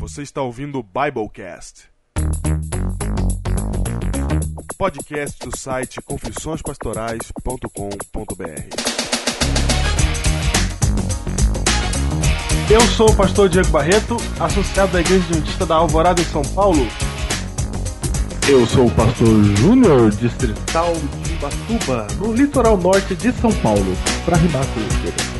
Você está ouvindo o Biblecast, podcast do site confissõespastorais.com.br. Eu sou o pastor Diego Barreto, associado da Igreja Adventista da Alvorada em São Paulo. Eu sou o pastor Júnior, distrital de Ubatuba, no litoral norte de São Paulo, para rimar com isso.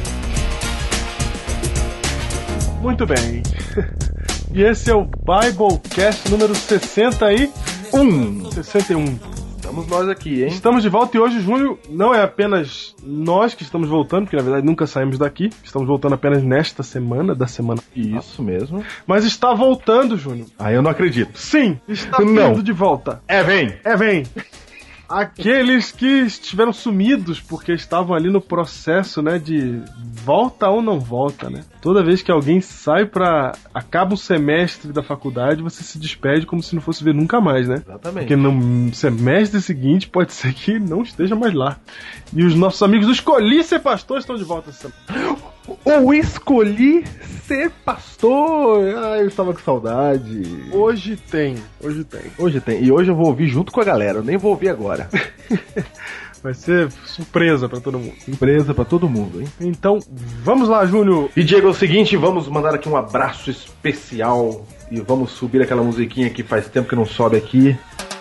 Muito bem. E esse é o Biblecast número 61. 61. Estamos nós aqui, hein? Estamos de volta e hoje, Júnior, não é apenas nós que estamos voltando, porque na verdade nunca saímos daqui. Estamos voltando apenas nesta semana, da semana. Isso mesmo. Mas está voltando, Júnior. Ah, eu não acredito. Sim, está vindo de volta. Vem. Aqueles que estiveram sumidos porque estavam ali no processo, né, de volta ou não volta, né? Toda vez que alguém sai acaba um semestre da faculdade, você se despede como se não fosse ver nunca mais, né? Exatamente. Porque no semestre seguinte pode ser que não esteja mais lá. E os nossos amigos do Escolhi Ser Pastor estão de volta essa semana. Ou escolhi ser pastor. Ah, eu estava com saudade. Hoje tem. E hoje eu vou ouvir junto com a galera. Eu nem vou ouvir agora. Vai ser surpresa pra todo mundo. Surpresa pra todo mundo, hein? Então, vamos lá, Júnior. E Diego, é o seguinte, vamos mandar aqui um abraço especial. E vamos subir aquela musiquinha que faz tempo que não sobe aqui.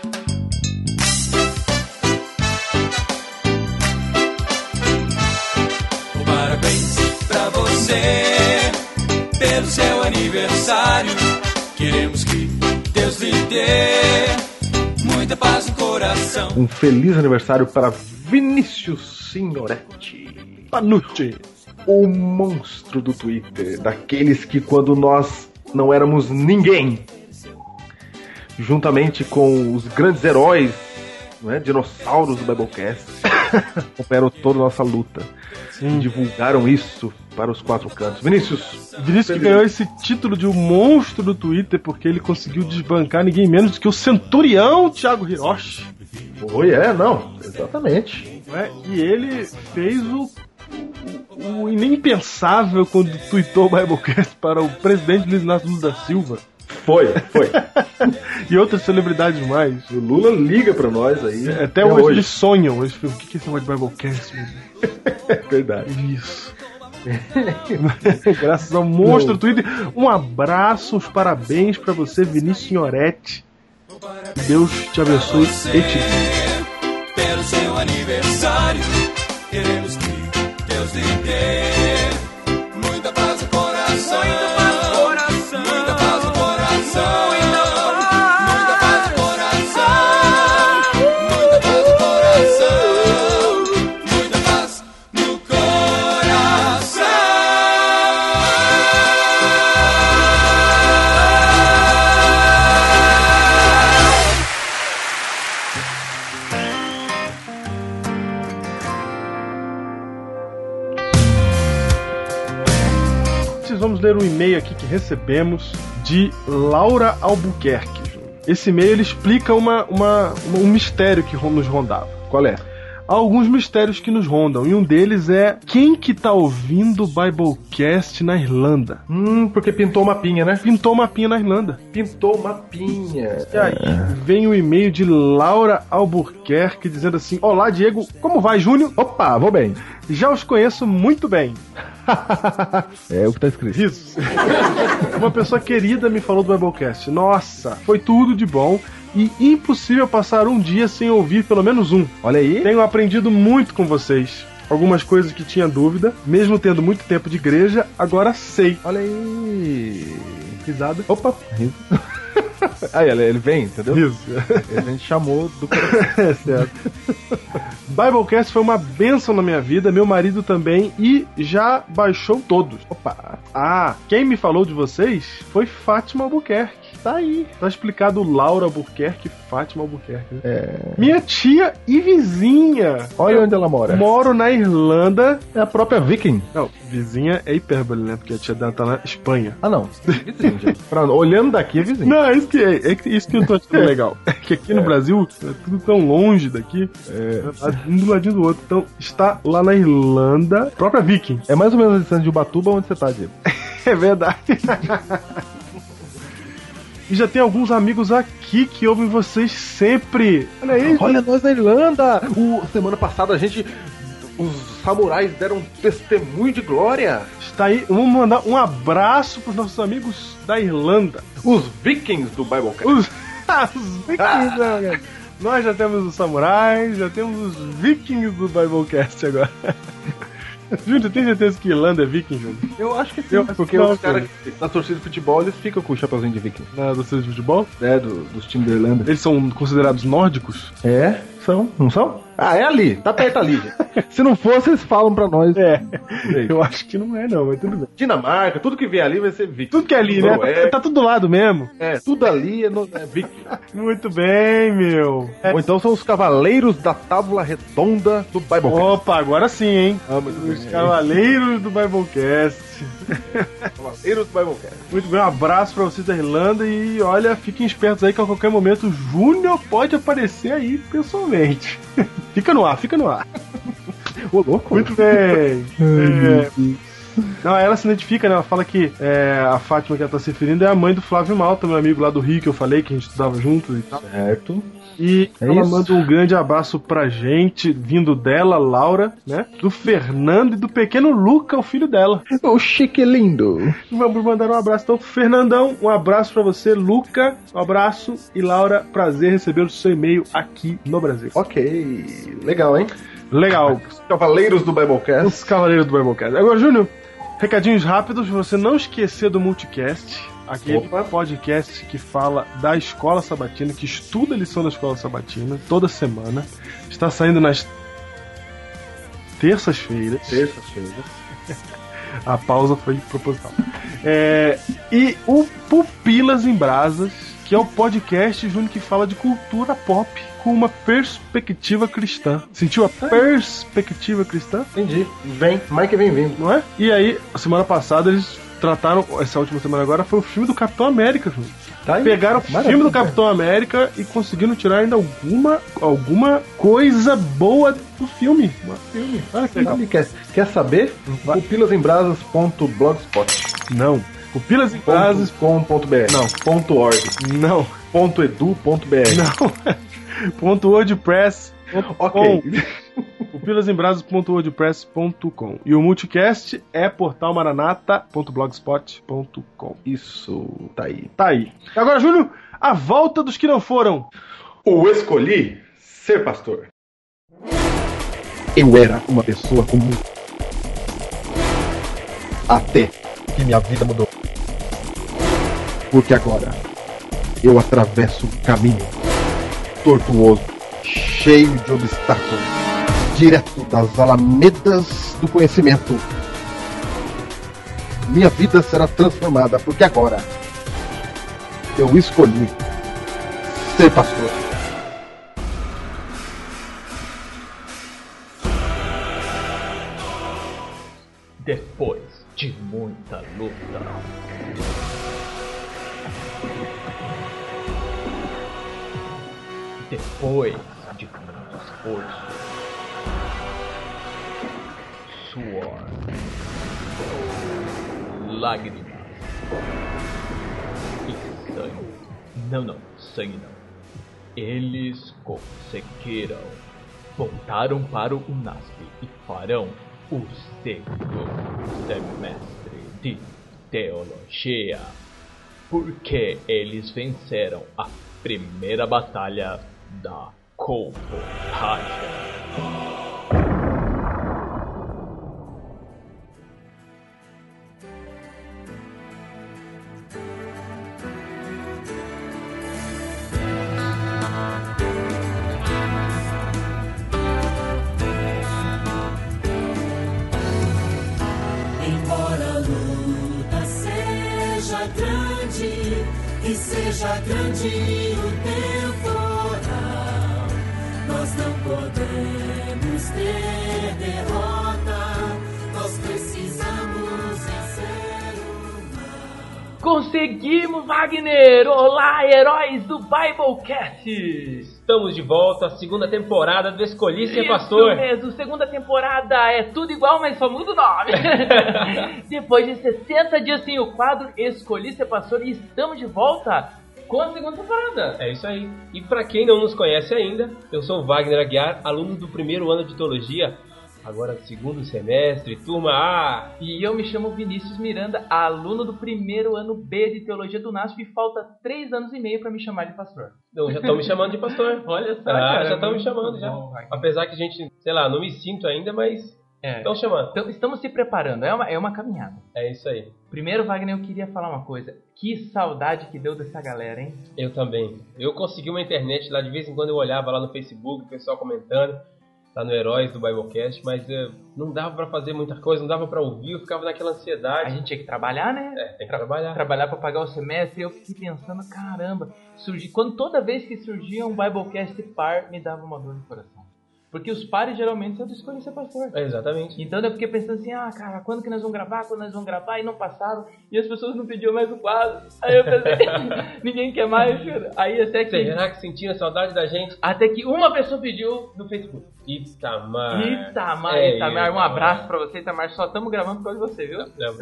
Pelo seu aniversário, queremos que Deus lhe dê muita paz no coração. Um feliz aniversário para Vinícius Signoretti Panucci, o monstro do Twitter, daqueles que quando nós não éramos ninguém, juntamente com os grandes heróis, não é, dinossauros do Biblecast, acompanharam toda a nossa luta. Sim. Divulgaram isso para os quatro cantos. Vinícius que ganhou esse título de um monstro do Twitter porque ele conseguiu desbancar ninguém menos do que o centurião Thiago Hiroshi. Exatamente. E ele fez o inimpensável quando tweetou o Biblecast para o presidente Luiz Inácio Lula da Silva. Foi. E outras celebridades mais. O Lula liga pra nós aí. Até hoje eles sonham. Eles falam, o que é esse negócio de Biblecast? Verdade. Isso. Graças ao monstro do Twitter. Um abraço, uns parabéns pra você, Vinícius Signoretti. Deus te abençoe e te guie. Pelo seu aniversário, queremos que Deus lhe dê muita paz no coração. Muita paz no coração. Muita paz no coração. Muita paz no coração. Muita paz no coração. Vamos ler um e-mail aqui que recebemos de Laura Albuquerque. Esse e-mail ele explica um mistério que nos rondava. Qual é? Há alguns mistérios que nos rondam, e um deles é quem que tá ouvindo o Biblecast na Irlanda? Porque pintou uma pinha, né? Pintou uma pinha na Irlanda. Pintou uma pinha. E aí vem o e-mail de Laura Albuquerque dizendo assim: olá, Diego, como vai, Júnior? Opa, vou bem. Já os conheço muito bem. É o que tá escrito. Isso. Uma pessoa querida me falou do Biblecast. Nossa, foi tudo de bom e impossível passar um dia sem ouvir pelo menos um. Olha aí. Tenho aprendido muito com vocês. Algumas coisas que tinha dúvida, mesmo tendo muito tempo de igreja, agora sei. Olha aí. Risada. Opa, riso. Aí ele vem, entendeu? Isso. A gente chamou do coração. É certo. Biblecast foi uma bênção na minha vida, meu marido também, e já baixou todos. Opa. Quem me falou de vocês foi Fátima Albuquerque. Tá aí. Tá explicado Laura Albuquerque e Fátima Albuquerque. Minha tia e vizinha. Olha onde ela mora. Moro na Irlanda. É a própria Viking. Não, vizinha é hipérbole, né? Porque a tia dela tá na Espanha. Ah, não. Vizinho, gente. Olhando daqui é vizinho. Não, isso que eu tô achando legal. É que aqui no Brasil é tudo tão longe daqui. Um do ladinho do outro. Então, está lá na Irlanda, própria Viking. É mais ou menos a distância de Ubatuba onde você tá, Diego. É verdade. E já tem alguns amigos aqui que ouvem vocês sempre. Olha aí. Olha nós na Irlanda. Semana passada os samurais deram testemunho de glória. Está aí, vamos mandar um abraço pros nossos amigos da Irlanda. Os vikings do Biblecast. Os vikings, né, cara? Nós já temos os samurais, já temos os vikings do Biblecast agora. Júnior, tem certeza que Irlanda é viking, Júnior? Eu acho que sim, porque os caras na torcida de futebol, eles ficam com o chapeuzinho de viking. Na torcida de futebol? Dos times da Irlanda. Eles são considerados nórdicos? É, são, não são? Ah, é ali, tá perto ali, gente. Se não fosse, eles falam pra nós. Eu acho que não é não, mas tudo bem. Dinamarca, tudo que vem ali vai ser viking. Tudo que é ali, né? Tá tudo do lado mesmo. Tudo ali é viking. Muito bem, meu. Ou então são os cavaleiros da tábua redonda do Biblecast. Opa, agora sim, hein? Os cavaleiros do Biblecast. Cavaleiros do Biblecast. Muito bem, um abraço pra vocês da Irlanda e olha, fiquem espertos aí que a qualquer momento o Júnior pode aparecer aí pessoalmente. Fica no ar. Ô, louco. Muito bem. Não, ela se identifica, né? Ela fala que a Fátima que ela tá se referindo é a mãe do Flávio Malta, meu amigo lá do Rio, que eu falei que a gente estudava juntos e tal. Certo. E ela manda um grande abraço pra gente, vindo dela, Laura, né? Do Fernando e do pequeno Luca, o filho dela. Oxi, que lindo. Vamos mandar um abraço então pro Fernandão. Um abraço pra você, Luca. Um abraço. E Laura, prazer receber o seu e-mail aqui no Brasil. Ok. Legal, hein? Legal. Os Cavaleiros do Biblecast. Os Cavaleiros do Biblecast. Agora, Júnior, recadinhos rápidos. Você não esquecer do Multicast. Aquele podcast que fala da Escola Sabatina, que estuda a lição da Escola Sabatina toda semana. Está saindo nas terças-feiras. A pausa foi proposital. E o Pupilas em Brasas, que é o podcast, Júnior, que fala de cultura pop com uma perspectiva cristã. Sentiu a perspectiva cristã? Entendi. Vem, mais que vem vindo. Não é? E aí, semana passada, eles trataram, essa última semana agora, foi o filme do Capitão América, Júnior. Tá aí. Pegaram o filme do Capitão América e conseguiram tirar ainda alguma coisa boa do filme. Ah, que legal. Quer saber? pupilasembrasas.blogspot. Não. Pupilasembrasas.com.br. Não. .org. Não. .edu.br. Não. .wordpress. Ok. pupilasembrasas.wordpress.com. E o Multicast é portalmaranata.blogspot.com. Isso, tá aí. Tá aí. Agora, Júnior, a volta dos que não foram. Eu escolhi ser pastor. Eu era uma pessoa comum. Até que minha vida mudou. Porque agora eu atravesso um caminho tortuoso, cheio de obstáculos, direto das alamedas do conhecimento. Minha vida será transformada, porque agora eu escolhi ser pastor. Depois de muita luta, depois de muito esforço, suor, lágrimas e sangue. Não, sangue não. Eles conseguiram. Voltaram para o UNASP e farão o segundo semestre de teologia, porque eles venceram a primeira batalha da comportagem. Que seja grande o temporal, nós não podemos ter derrota, nós precisamos vencer o mal. Conseguimos, Wagner! Olá, heróis do Biblecast! Estamos de volta, a segunda temporada do Escolhi Ser Pastor. Isso mesmo, segunda temporada é tudo igual, mas só muda o nome. Depois de 60 dias sem o quadro Escolhi Ser Pastor, e estamos de volta com a segunda temporada. É isso aí. E pra quem não nos conhece ainda, eu sou o Wagner Aguiar, aluno do primeiro ano de Teologia, agora segundo semestre, turma A. E eu me chamo Vinícius Miranda, aluno do primeiro ano B de Teologia do NASP e falta 3 anos e meio pra me chamar de pastor. Não, já estão me chamando de pastor. Olha só, cara. Já estão me chamando, já. Bom, Apesar que a gente, sei lá, não me sinto ainda, mas estão chamando. Então, estamos se preparando, é uma caminhada. É isso aí. Primeiro, Wagner, eu queria falar uma coisa. Que saudade que deu dessa galera, hein? Eu também. Eu consegui uma internet lá, de vez em quando eu olhava lá no Facebook, o pessoal comentando, lá no Heróis do Biblecast, mas não dava pra fazer muita coisa, não dava pra ouvir, eu ficava naquela ansiedade. A gente tinha que trabalhar, né? Tem que trabalhar. Trabalhar pra pagar o semestre, e eu fiquei pensando, caramba, toda vez que surgia um Biblecast par, me dava uma dor no coração. Porque os pares geralmente são do Escolha Ser Pastor. Exatamente. Então eu fiquei pensando assim, cara, quando que nós vamos gravar? E não passaram. E as pessoas não pediam mais o quadro. Aí eu pensei, ninguém quer mais, cara. Aí até que... Será que sentiram saudade da gente? Até que uma pessoa pediu no Facebook. Itamar. Um abraço pra você, Itamar. Só estamos gravando por causa de você, viu?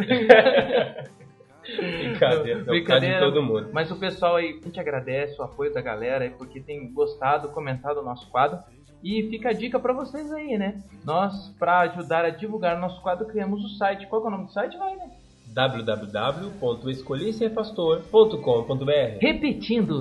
Brincadeira de todo mundo. Mas o pessoal aí, a gente agradece o apoio da galera aí, porque tem gostado, comentado o nosso quadro. E fica a dica pra vocês aí, né? Nós, pra ajudar a divulgar o nosso quadro, criamos o site. Qual que é o nome do site, vai, né? www.escolhiserpastor.com.br. Repetindo,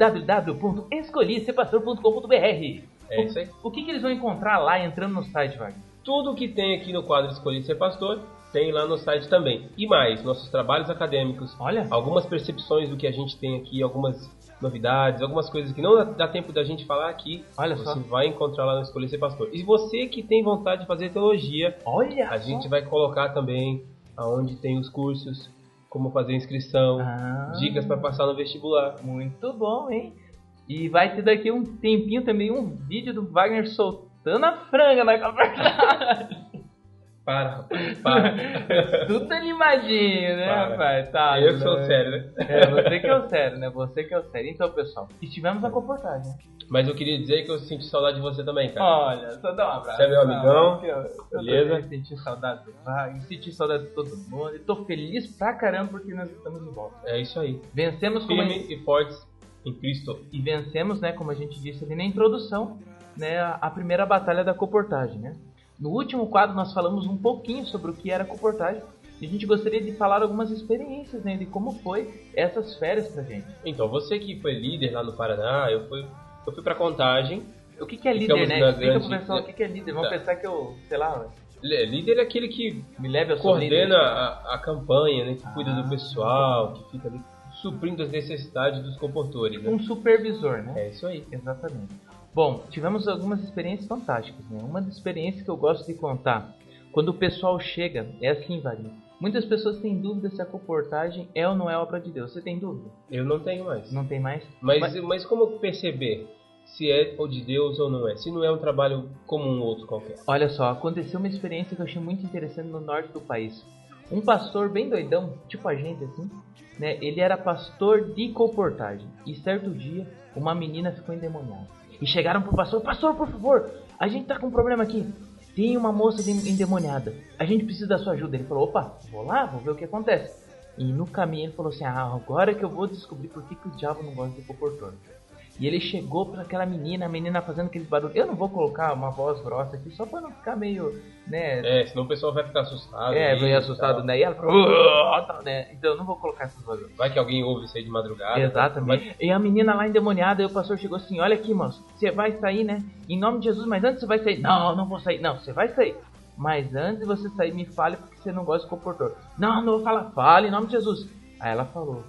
www.escolhiserpastor.com.br. É isso aí. O que eles vão encontrar lá entrando no site, vai? Tudo que tem aqui no quadro Escolhi Ser Pastor tem lá no site também. E mais, nossos trabalhos acadêmicos. Olha. Algumas percepções do que a gente tem aqui, algumas novidades, algumas coisas que não dá tempo da gente falar aqui. Olha você só. vai encontrar lá no Escolhi Ser Pastor. E você que tem vontade de fazer teologia, a gente vai colocar também aonde tem os cursos, como fazer inscrição, dicas para passar no vestibular. Muito bom, hein? E vai ter daqui um tempinho também um vídeo do Wagner soltando a franga na capacidade. Para, rapaz, para. Tudo animadinho, né, rapaz? Tá, eu que sou sério, né? Você que é o sério, né? Você que é o sério. Então, pessoal, estivemos na comportagem. Mas eu queria dizer que eu senti saudade de você também, cara. Olha, só dá um abraço. Você é meu amigão, beleza? Eu senti saudade do Wagner, senti saudade de todo mundo. E tô feliz pra caramba porque nós estamos de volta. É isso aí. Vencemos firme e fortes em Cristo. E vencemos, né, como a gente disse ali na introdução, né, a primeira batalha da comportagem, né? No último quadro nós falamos um pouquinho sobre o que era comportagem e a gente gostaria de falar algumas experiências, né, de como foi essas férias pra gente. Então, você que foi líder lá no Paraná, eu fui pra Contagem. O que é líder, né? Explica pro pessoal o que é líder. Vamos pensar que eu, sei lá... Líder é aquele que me leva coordena a campanha, né, que cuida do pessoal, que fica ali suprindo as necessidades dos comportores. Né? Um supervisor, né? É isso aí. Exatamente. Bom, tivemos algumas experiências fantásticas, né? Uma das experiências que eu gosto de contar, quando o pessoal chega, é assim, Wagner. Muitas pessoas têm dúvida se a comportagem é ou não é obra de Deus. Você tem dúvida? Eu não tenho mais. Não tem mais? Mas como perceber se é ou de Deus ou não é? Se não é um trabalho como um outro qualquer? Olha só, aconteceu uma experiência que eu achei muito interessante no norte do país. Um pastor bem doidão, tipo a gente assim, né? Ele era pastor de comportagem. E certo dia, uma menina ficou endemoniada. E chegaram pro pastor, por favor, a gente tá com um problema aqui. Tem uma moça endemoniada, a gente precisa da sua ajuda. Ele falou, opa, vou lá, vou ver o que acontece. E no caminho ele falou assim, agora que eu vou descobrir por que o diabo não gosta de comportor. E ele chegou pra aquela menina, a menina fazendo aqueles barulhos. Eu não vou colocar uma voz grossa aqui, só pra não ficar meio, né... senão o pessoal vai ficar assustado. Vai assustado, né? E ela falou, né? Então eu não vou colocar essas vozes. Vai que alguém ouve isso aí de madrugada. Exatamente. E a menina lá endemoniada, e o pastor chegou assim, olha aqui, moço, você vai sair, né? Em nome de Jesus, mas antes você vai sair. Não vou sair. Não, você vai sair. Mas antes de você sair, me fale porque você não gosta de comportor. Não vou falar. Fale em nome de Jesus. Aí ela falou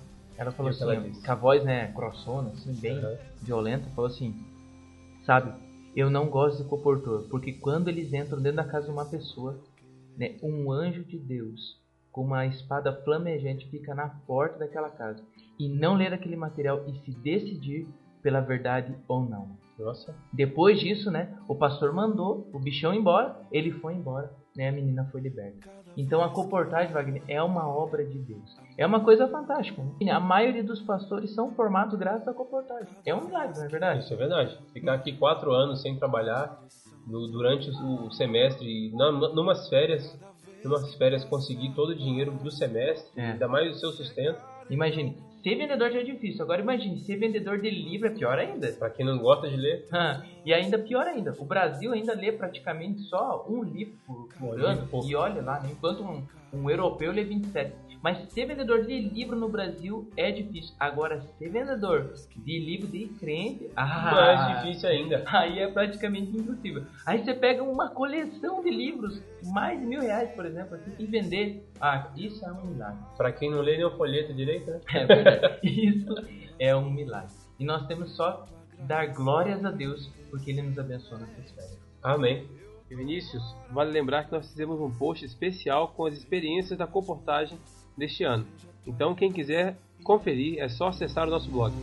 assim, com a voz, né, grossona, assim, bem violenta, falou assim, sabe, eu não gosto de comportor, porque quando eles entram dentro da casa de uma pessoa, né, um anjo de Deus com uma espada flamejante fica na porta daquela casa e não ler aquele material e se decidir pela verdade ou não. Nossa. Depois disso, né, o pastor mandou o bichão embora, ele foi embora, né, a menina foi liberta. Então a comportagem, Wagner, é uma obra de Deus. É uma coisa fantástica, né? A maioria dos pastores são formados graças à comportagem. É um milagre, não é verdade? Isso é verdade. Ficar aqui 4 anos sem trabalhar, durante o semestre, numas férias conseguir todo o dinheiro do semestre, ainda mais o seu sustento. Imagine, ser vendedor já é difícil. Agora imagine, ser vendedor de livro é pior ainda. Pra quem não gosta de ler. E ainda pior ainda, o Brasil ainda lê praticamente só um livro por ano. E olha lá, né? Enquanto um europeu lê 27. Mas ser vendedor de livro no Brasil é difícil. Agora, ser vendedor de livro de crente... mais difícil ainda. Aí é praticamente impossível. Aí você pega uma coleção de livros, mais de R$1.000, por exemplo, assim, e vender. Isso é um milagre. Pra quem não lê nem o folheto direito, né? É verdade. Isso é um milagre. E nós temos só dar glórias a Deus, porque Ele nos abençoa nessa esfera. Amém. E Vinícius, vale lembrar que nós fizemos um post especial com as experiências da comportagem deste ano. Então, quem quiser conferir, é só acessar o nosso blog.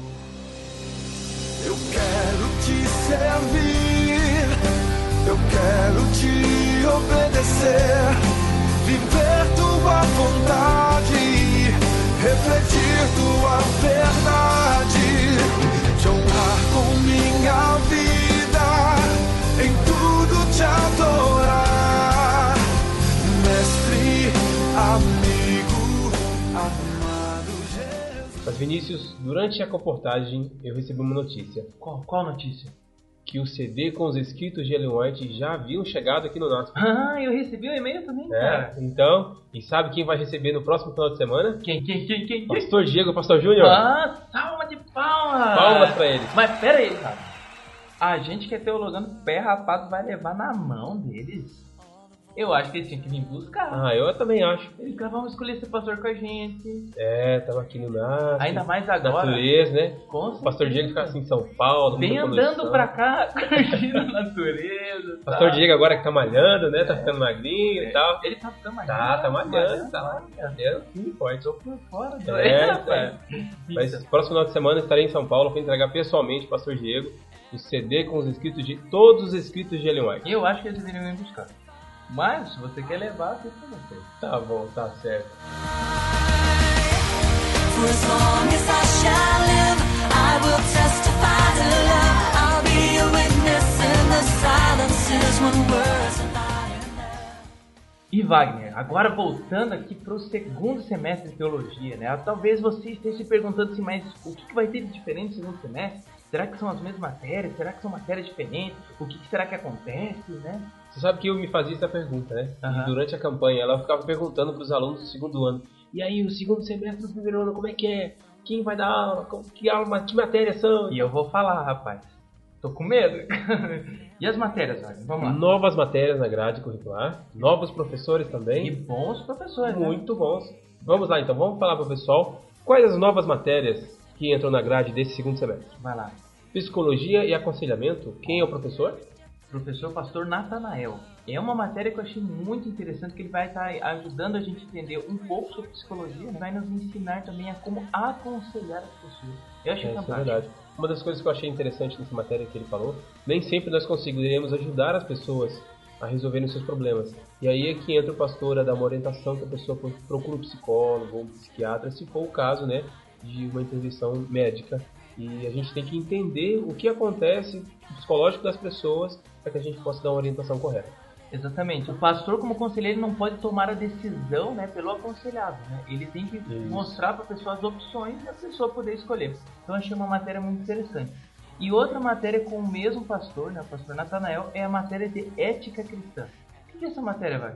Eu quero te servir, eu quero te obedecer, viver tua vontade, refletir tua verdade, te honrar com minha vida, em tudo te adorar, mestre, amigo. Mas Vinícius, durante a comportagem eu recebi uma notícia. Qual notícia? Que o CD com os escritos de Ellen White já haviam chegado aqui no nosso. Eu recebi um e-mail também, cara. Então, e sabe quem vai receber no próximo final de semana? Quem? Pastor Diego, Pastor Júnior. Salva de palmas! Palmas pra eles. Mas pera aí, cara. A gente que é teologando pé rapado vai levar na mão deles? Eu acho que eles tinham que vir buscar. Eu também acho. Eles vão escolher ser pastor com a gente. Tava aqui no NAS. Ainda mais agora. Natureza, né? O pastor Diego fica assim em São Paulo. Vem andando pra cá, curtindo a natureza. Pastor Diego agora que tá malhando, né? Tá ficando magrinho e tal. Ele tá ficando malhando. Tá malhando. É um time forte. Tô por fora. Mas próximo final de semana estarei em São Paulo para entregar pessoalmente pro pastor Diego o CD com os escritos de todos os escritos de Ellen White. Eu acho que eles deveriam vir buscar. Mas, se você quer levar, fica com você. Tá bom, tá certo. E Wagner, agora voltando aqui para o segundo semestre de teologia, né? Talvez você esteja se perguntando assim, mas o que vai ter de diferente no segundo semestre? Será que são as mesmas matérias? Será que são matérias diferentes? O que será que acontece, né? Você sabe que eu me fazia essa pergunta, né? E durante a campanha, ela ficava perguntando para os alunos do segundo ano. E aí, o segundo semestre do primeiro ano, como é que é? Quem vai dar aula? Que matérias são? E eu vou falar, rapaz. Tô com medo. E as matérias, Wagner? Vamos lá. Novas matérias na grade curricular. Novos professores também. E bons professores, muito bons. Vamos lá, então. Vamos falar para o pessoal quais as novas matérias que entram na grade desse segundo semestre. Vai lá. Psicologia e aconselhamento. Quem é o professor? Professor Pastor Natanael. É uma matéria que eu achei muito interessante, que ele vai estar ajudando a gente a entender um pouco sobre psicologia, né? Vai nos ensinar também a como aconselhar as pessoas. Eu achei fantástico. É verdade. Uma das coisas que eu achei interessante nessa matéria que ele falou, nem sempre nós conseguiremos ajudar as pessoas a resolverem os seus problemas. E aí é que entra o pastor a dar uma orientação, que a pessoa procura um psicólogo ou um psiquiatra, se for o caso, né, de uma intervenção médica. E a gente tem que entender o que acontece no psicológico das pessoas para que a gente possa dar uma orientação correta. Exatamente. O pastor, como conselheiro, não pode tomar a decisão, né, pelo aconselhado, né? Ele tem que mostrar para a pessoa as opções e a pessoa poder escolher. Então, achei uma matéria muito interessante. E outra matéria com o mesmo pastor, né, o pastor Natanael, é a matéria de ética cristã. O que é essa matéria, vai?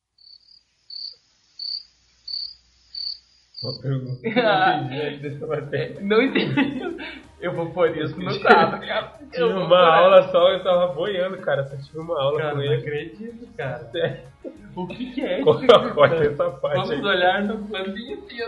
Uma pergunta. Não entendi dessa matéria. Não entendi. Eu vou pôr isso no quadro, cara. Tive uma aula só, eu tava boiando, cara. Só tive uma aula cara, com ele. Não acredito, cara. Sério. O que é ética? Corta essa parte. Vamos aí. Olhar no plano de ensino.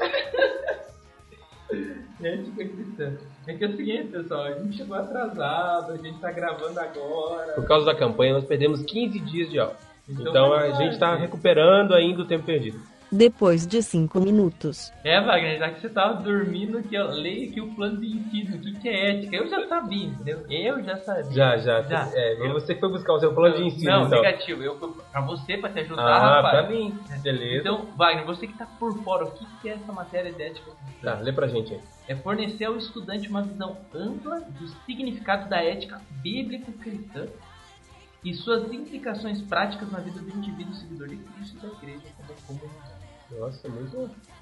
Ética cristã. É que é o seguinte, pessoal. A gente chegou atrasado, a gente tá gravando agora. Por causa da campanha, nós perdemos 15 dias de aula. Então a gente tá recuperando ainda o tempo perdido. Depois de 5 minutos. Wagner, já que você tava dormindo, que eu leio aqui o plano de ensino, o que é ética. Eu já sabia, entendeu? Eu já sabia. Já. Você foi buscar o seu plano de ensino, não, então. Negativo. Eu fui pra você, pra te ajudar, rapaz. Pra mim. Beleza. Então, Wagner, você que tá por fora, o que é essa matéria de ética? Tá, lê pra gente aí. É fornecer ao estudante uma visão ampla do significado da ética bíblico-cristã e suas implicações práticas na vida do indivíduo seguidor de Cristo e da igreja como comunidade. Nossa, muito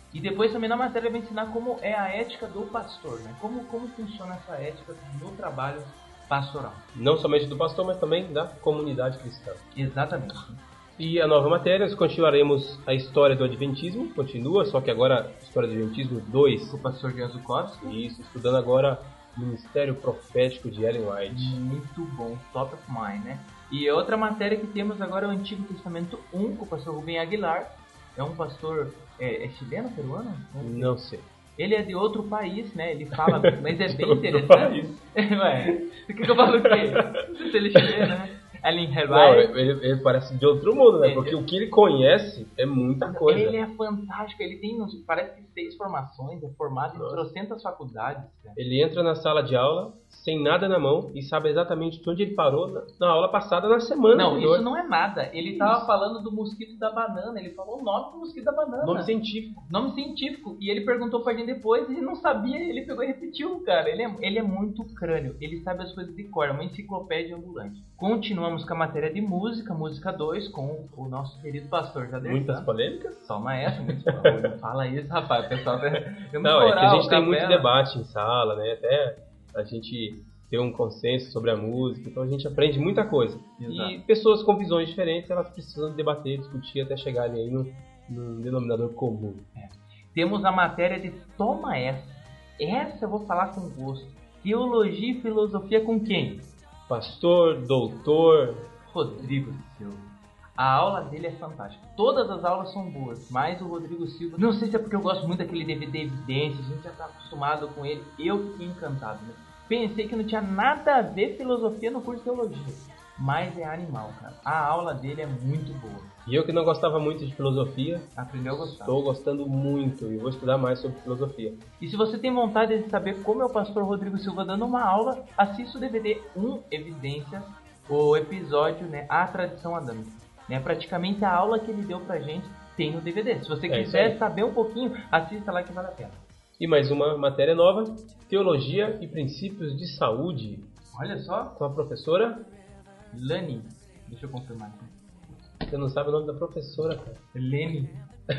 E depois também na matéria vai ensinar como é a ética do pastor, né? Como funciona essa ética no trabalho pastoral. Não somente do pastor, mas também da comunidade cristã. Exatamente. E a nova matéria, nós continuaremos a história do Adventismo, continua, só que agora a história do Adventismo 2. Com o pastor Jazukovski. Isso, estudando agora o Ministério Profético de Ellen White. Muito bom, top of mind, né? E outra matéria que temos agora é o Antigo Testamento 1, com o pastor Rubem Aguilar. É um pastor, é chileno, peruano? Não sei. Ele é de outro país, né? Ele fala, mas é bem interessante. Ué, o que eu falo o quê? Não sei se ele é chileno, né? Não, ele parece de outro mundo, né? Porque o que ele conhece é muita coisa. Ele é fantástico, ele tem, parece que 6 formações, é formado em 300 faculdades. Cara. Ele entra na sala de aula sem nada na mão e sabe exatamente de onde ele parou na aula passada, na semana. Não, isso não é nada. Ele tava falando do mosquito da banana, ele falou o nome do mosquito da banana. Nome científico. Nome científico. E ele perguntou pra gente depois e ele não sabia, ele pegou e repetiu, cara. Ele é muito crânio, ele sabe as coisas de cor, é uma enciclopédia ambulante. Continuamos com a matéria de música 2, com o nosso querido pastor Jader. Muitas polêmicas? Toma essa, não fala isso, rapaz. O pessoal não, é que a gente tem muito debate em sala, né? Até a gente ter um consenso sobre a música, então a gente aprende muita coisa. Exato. E pessoas com visões diferentes, elas precisam debater, discutir até chegarem aí num denominador comum. Temos a matéria de Toma essa. Essa eu vou falar com gosto. Teologia e filosofia com quem? Pastor, doutor Rodrigo Silva. A aula dele é fantástica. Todas as aulas são boas, mas o Rodrigo Silva, não sei se é porque eu gosto muito daquele DVD Evidências, a gente já está acostumado com ele. Eu fiquei encantado, né? Pensei que não tinha nada a ver filosofia no curso de teologia, mas é animal, cara. A aula dele é muito boa. E eu que não gostava muito de filosofia, aprendeu a gostar. Estou gostando muito e vou estudar mais sobre filosofia. E se você tem vontade de saber como é o pastor Rodrigo Silva dando uma aula, assista o DVD 1 Evidências, o episódio, né, A Tradição Adâmica. Né, praticamente a aula que ele deu pra gente tem no DVD. Se você quiser saber um pouquinho, assista lá que vale a pena. E mais uma matéria nova, Teologia e Princípios de Saúde. Olha só. Com a professora Lani. Deixa eu confirmar aqui. Você não sabe o nome da professora, cara. Lene.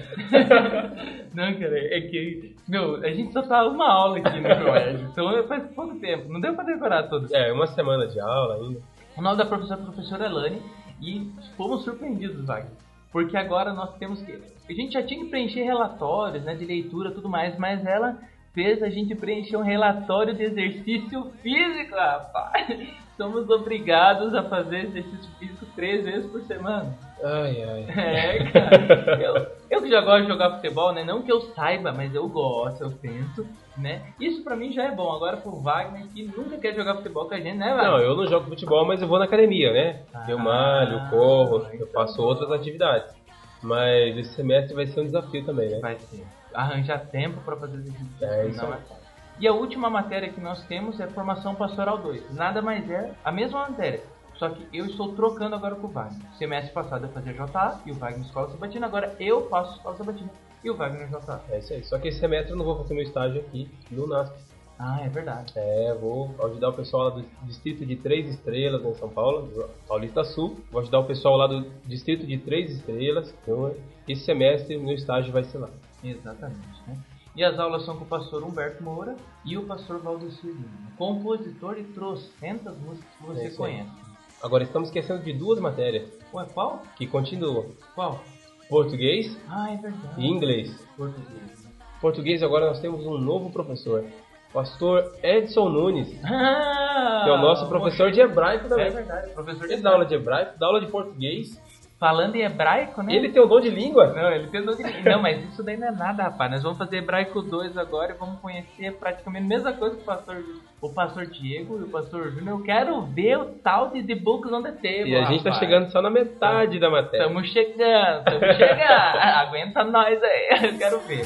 Não, cara, é que... Meu, a gente só tá uma aula aqui no colégio. Então faz pouco tempo. Não deu pra decorar todos. É, uma semana de aula ainda. O nome da professora Lani. E fomos surpreendidos, Wagner. Porque agora nós temos que... A gente já tinha que preencher relatórios, né, de leitura e tudo mais, mas ela fez a gente preencher um relatório de exercício físico, rapaz. Somos obrigados a fazer exercício físico 3 vezes por semana. Ai, ai. É, cara. Eu que já gosto de jogar futebol, né? Não que eu saiba, mas eu gosto, eu tento, né? Isso pra mim já é bom. Agora pro Wagner, que nunca quer jogar futebol com a gente, né, Wagner? Não, eu não jogo futebol, mas eu vou na academia, né? Eu malho, corro, eu faço outras atividades. Mas esse semestre vai ser um desafio também, né? Vai ser. Arranjar tempo pra fazer exercício. É isso aí. E a última matéria que nós temos é Formação Pastoral 2. Nada mais é a mesma matéria. Só que eu estou trocando agora com o Wagner. Semestre passado eu fazia JA e o Wagner Escola Sabatina. Agora eu faço Escola Sabatina e o Wagner JA. É isso aí. Só que esse semestre eu não vou fazer meu estágio aqui no NASP. Ah, é verdade. É, vou ajudar o pessoal lá do Distrito de 3 Estrelas em São Paulo, Paulista Sul. Vou ajudar o pessoal lá do Distrito de 3 Estrelas. Então, esse semestre meu estágio vai ser lá. Exatamente, né? E as aulas são com o pastor Humberto Moura e o pastor Valdecir Lima, compositor de trocentas músicas que você conhece. Agora estamos esquecendo de 2 matérias. Ué, qual? Que continuam. Qual? Português. Ah, é verdade. E inglês. Português. Português agora nós temos um novo professor. Pastor Edson Nunes. Que é o nosso professor de hebraico também. É verdade, professor de Ele dá aula de hebraico, dá aula de português. Falando em hebraico, né? Ele tem o dom de língua? Não, ele tem o dom de língua. Não, mas isso daí não é nada, rapaz. Nós vamos fazer hebraico 2 agora e vamos conhecer praticamente a mesma coisa que o pastor Diego e o pastor Júnior. Eu quero ver o tal de The Books on the Table. E a gente tá chegando só na metade da matéria. Estamos chegando. Aguenta nós aí, eu quero ver.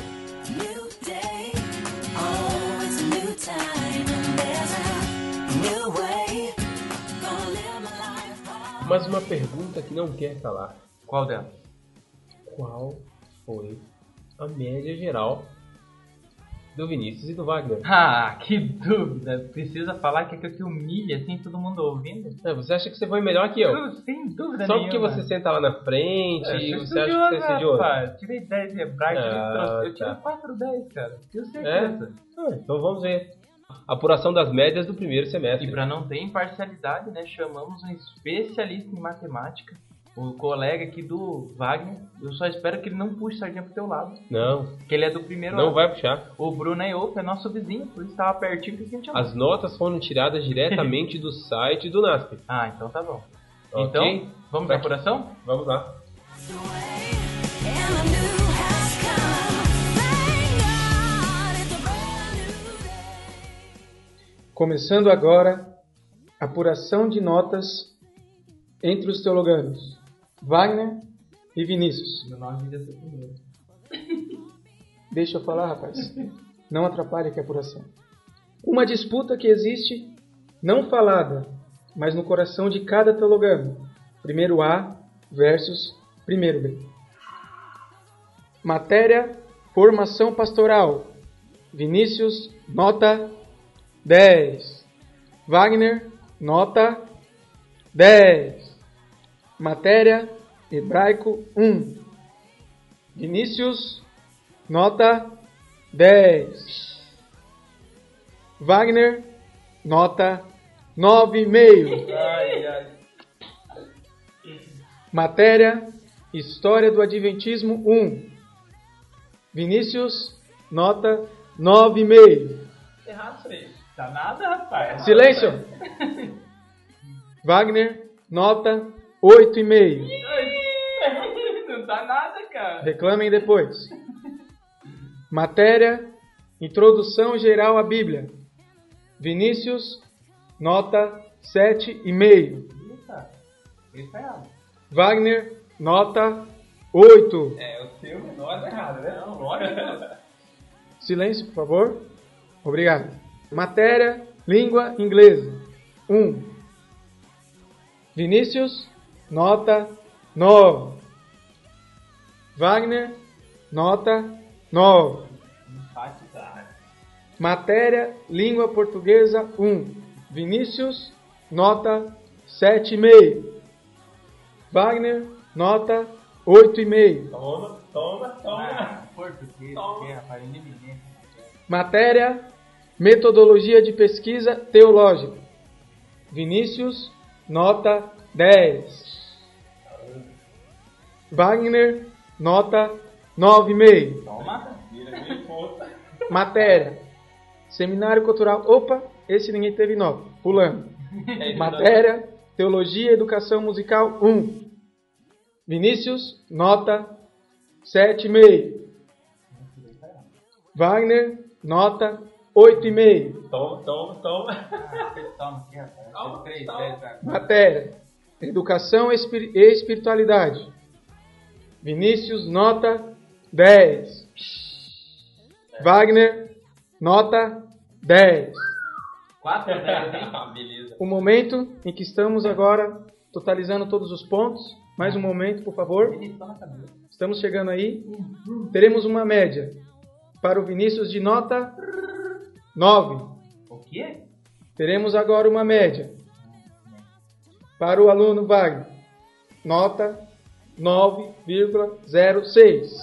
Mas uma pergunta que não quer calar. Qual delas? Qual foi a média geral Do Vinícius e do Wagner. Ah, que dúvida. Precisa falar que aqui humilha, assim, todo mundo ouvindo? Você acha que você foi melhor que eu? Sem dúvida Só nenhuma. porque você senta lá na frente e você acha que você é estudioso? Rapaz. Tirei 10 hebraico, eu tirei 4/10, cara. Tenho certeza. Então vamos ver. Apuração das médias do primeiro semestre. E para não ter imparcialidade, né, chamamos um especialista em matemática, o colega aqui do Wagner. Eu só espero que ele não puxe sardinha pro teu lado. Não. Porque ele é do primeiro Não ano. vai puxar. O Bruno é nosso vizinho, por isso estava pertinho que a gente chamou. As notas foram tiradas diretamente do site do NASP. Ah, então tá bom. Ok. Então, vamos pra apuração? Vamos lá. Começando agora, apuração de notas entre os teologanos, Wagner e Vinícius. Meu nome devia ser primeiro. Deixa eu falar, rapaz. Não atrapalhe aqui a apuração. Uma disputa que existe, não falada, mas no coração de cada teologano. Primeiro A versus primeiro B. Matéria, formação pastoral. Vinícius, nota 10. Wagner, nota 10. Matéria, hebraico 1. Vinícius, nota 10. Wagner, nota 9,5. Matéria, história do Adventismo 1. Vinícius, nota 9,5. Errado isso aí. Tá nada, rapaz. Silêncio. Wagner, nota 8,5. Não tá nada, cara. Reclamem depois. Matéria, introdução geral à Bíblia. Vinícius, nota 7,5. Eita, isso é errado. Wagner, nota 8. O seu menor é errado, né? Não, lógico. Silêncio, por favor. Obrigado. Matéria, língua inglesa. 1. Vinícius, nota 9. Wagner, nota 9. Matéria, língua portuguesa 1. Vinícius, nota 7,5. Wagner, nota 8,5. Toma. Português, rapaz, Matéria, metodologia de pesquisa teológica. Vinícius, nota 10. Wagner, nota 9,5. Toma. Matéria, seminário cultural. Opa, esse ninguém teve nota. Pulando. Matéria, teologia e educação musical 1. Vinícius, nota 7,5. Wagner, nota 8,5. Toma. Matéria, educação e espiritualidade. Vinícius, nota 10. Wagner, nota 10. 4 10, hein? Beleza. O momento em que estamos agora totalizando todos os pontos. Mais um momento, por favor. Estamos chegando aí. Teremos uma média para o Vinícius de nota 9. O quê? Teremos agora uma média para o aluno Wagner. Nota 9,06.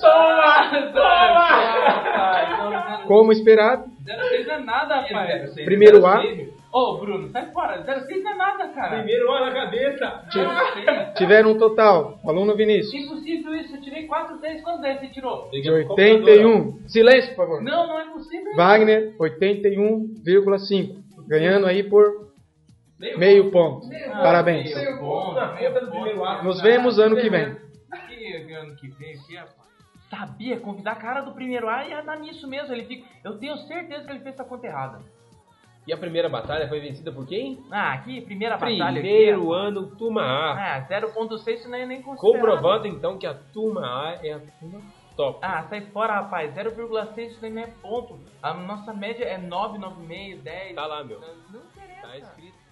Toma! Como esperado. 06 não é nada, rapaz. Primeiro A. Ô, Bruno, sai fora. 06 não é nada, cara. Primeiro A na cabeça. Tiveram um total, aluno Vinícius, Impossível isso. Eu tirei 4 10. Quantos 10 você tirou? de 81. Silêncio, por favor. Não é possível. Wagner, 81,5. Ganhando aí por meio ponto. Parabéns. Meio ponto. Nos vemos ano que vem. Que ano que vem, rapaz? Sabia convidar a cara do primeiro A e ia dar nisso mesmo. Ele fica... Eu tenho certeza que ele fez essa conta errada. E a primeira batalha foi vencida por quem? Ah, aqui, primeira batalha. Primeiro ano, turma A. Ah, 0.6 isso não é nem considerado. Comprovando então que a turma A é a turma top. Ah, sai fora, rapaz. 0,6 isso nem é ponto. A nossa média é 9, 9,5, 10. Tá lá, meu. Não interessa. Tá escrito.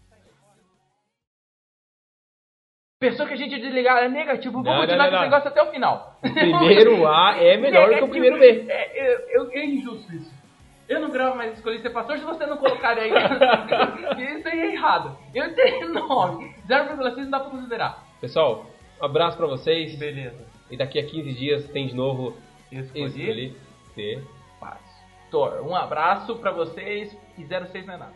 Pessoa que a gente desligar é negativo. Vou Não, continuar com esse não. negócio até o final. O primeiro A é melhor que o primeiro B. É injusto isso. Eu não gravo mais Escolhi Ser Pastor se você não colocar aí. Isso aí é errado. Eu tenho nome. 0,6 não dá pra considerar. Pessoal, um abraço pra vocês. Beleza. E daqui a 15 dias tem de novo Escolhi Ser Pastor. Um abraço pra vocês e 0,6 não é nada.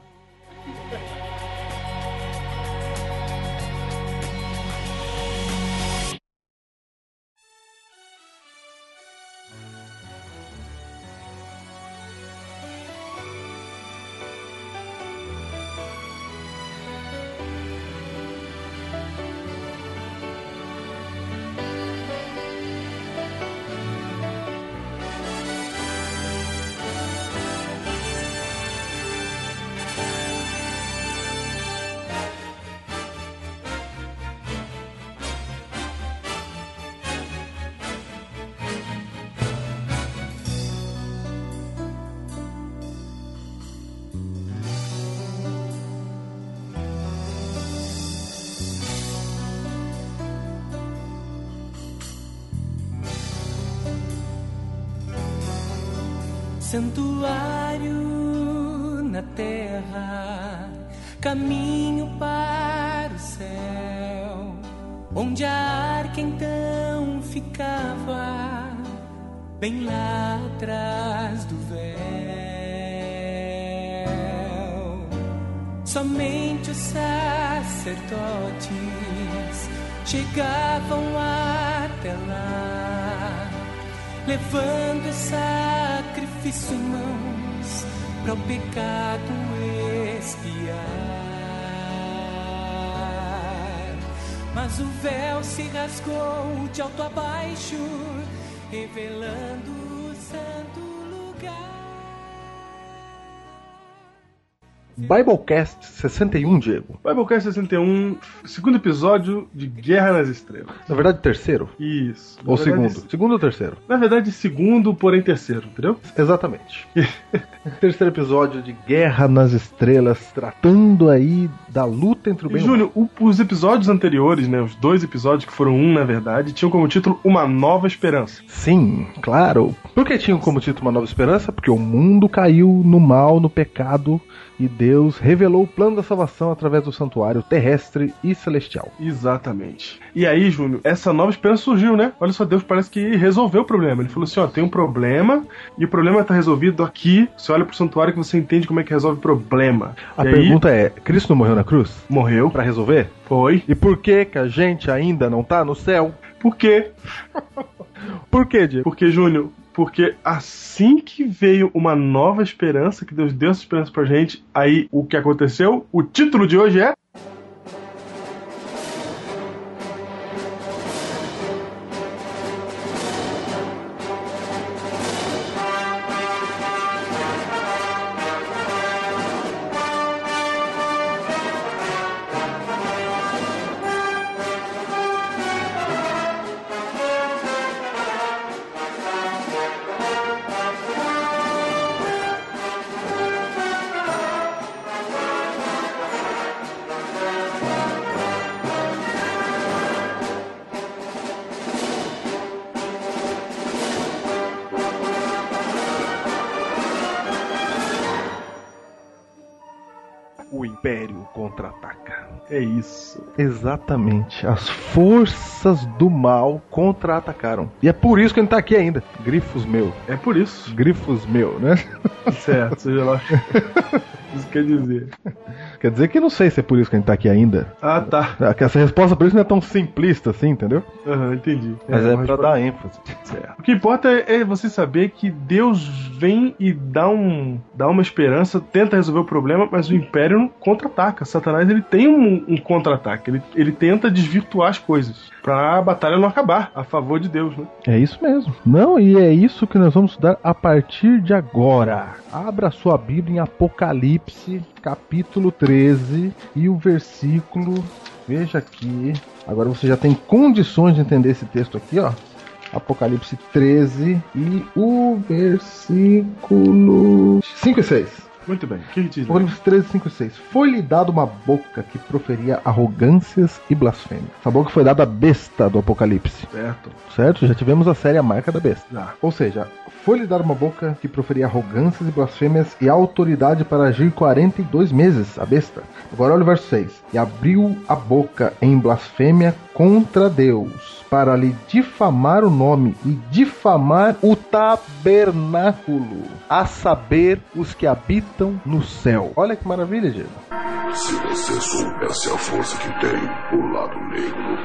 Santuário na terra, caminho para o céu, onde a arca então ficava, bem lá atrás do véu. Somente os sacerdotes chegavam até lá, levando sacrifício em mãos para o pecado expiar. Mas o véu se rasgou de alto a baixo, revelando o santo lugar. Biblecast 61, Diego. Biblecast 61, segundo episódio de Guerra nas Estrelas. Na verdade, terceiro? Isso. Ou segundo? Segundo ou terceiro? Na verdade, segundo, porém terceiro, entendeu? Exatamente. Terceiro episódio de Guerra nas Estrelas, tratando aí da luta entre o bem e o mal. Júnior, os episódios anteriores, né, os 2 episódios, que foram um, na verdade, tinham como título Uma Nova Esperança. Sim, claro. Por que tinham como título Uma Nova Esperança? Porque o mundo caiu no mal, no pecado, e Deus revelou o plano da salvação através do santuário terrestre e celestial. Exatamente. E aí, Júnior, essa nova esperança surgiu, né? Olha só, Deus parece que resolveu o problema. Ele falou assim, ó, tem um problema, e o problema tá resolvido aqui. Você olha pro santuário que você entende como é que resolve o problema. A pergunta é, Cristo não morreu na cruz? Morreu. Pra resolver? Foi. E por que a gente ainda não tá no céu? Por quê? Por quê, Diego? Porque, Júnior, porque assim que veio uma nova esperança, que Deus deu essa esperança pra gente, aí o que aconteceu? O título de hoje é... O Império contra-ataca. É isso. Exatamente. As forças do mal contra-atacaram. E é por isso que a gente tá aqui ainda. Grifos meu. É por isso. Grifos meu, né? Certo, seja lá. Isso quer dizer. Quer dizer que não sei se é por isso que a gente tá aqui ainda. Ah, tá. Essa resposta por isso não é tão simplista assim, entendeu? Aham, entendi. Mas é pra dar ênfase. Certo. O que importa é você saber que Deus vem e dá uma esperança, tenta resolver o problema, mas o Império contra-ataca. Satanás, ele tem um contra-ataque. Ele tenta desvirtuar as coisas pra a batalha não acabar a favor de Deus, né? É isso mesmo. Não, e é isso que nós vamos estudar a partir de agora. Abra sua Bíblia em Apocalipse, capítulo 13, e o versículo, veja aqui, agora você já tem condições de entender esse texto aqui, ó. Apocalipse 13 e o versículo 5 e 6. Muito bem. O que diz? Apocalipse 13, 5 e 6. Foi-lhe dada uma boca que proferia arrogâncias e blasfêmias. Essa boca foi dada à besta do Apocalipse. Certo? Já tivemos a série A Marca da Besta. Já. Ou seja, foi-lhe dada uma boca que proferia arrogâncias e blasfêmias e autoridade para agir 42 meses, a besta. Agora olha o verso 6. E abriu a boca em blasfêmia contra Deus, para lhe difamar o nome e difamar o tabernáculo, a saber, os que habitam no céu. Olha que maravilha, Diego. Se você soubesse a força que tem o lado negro.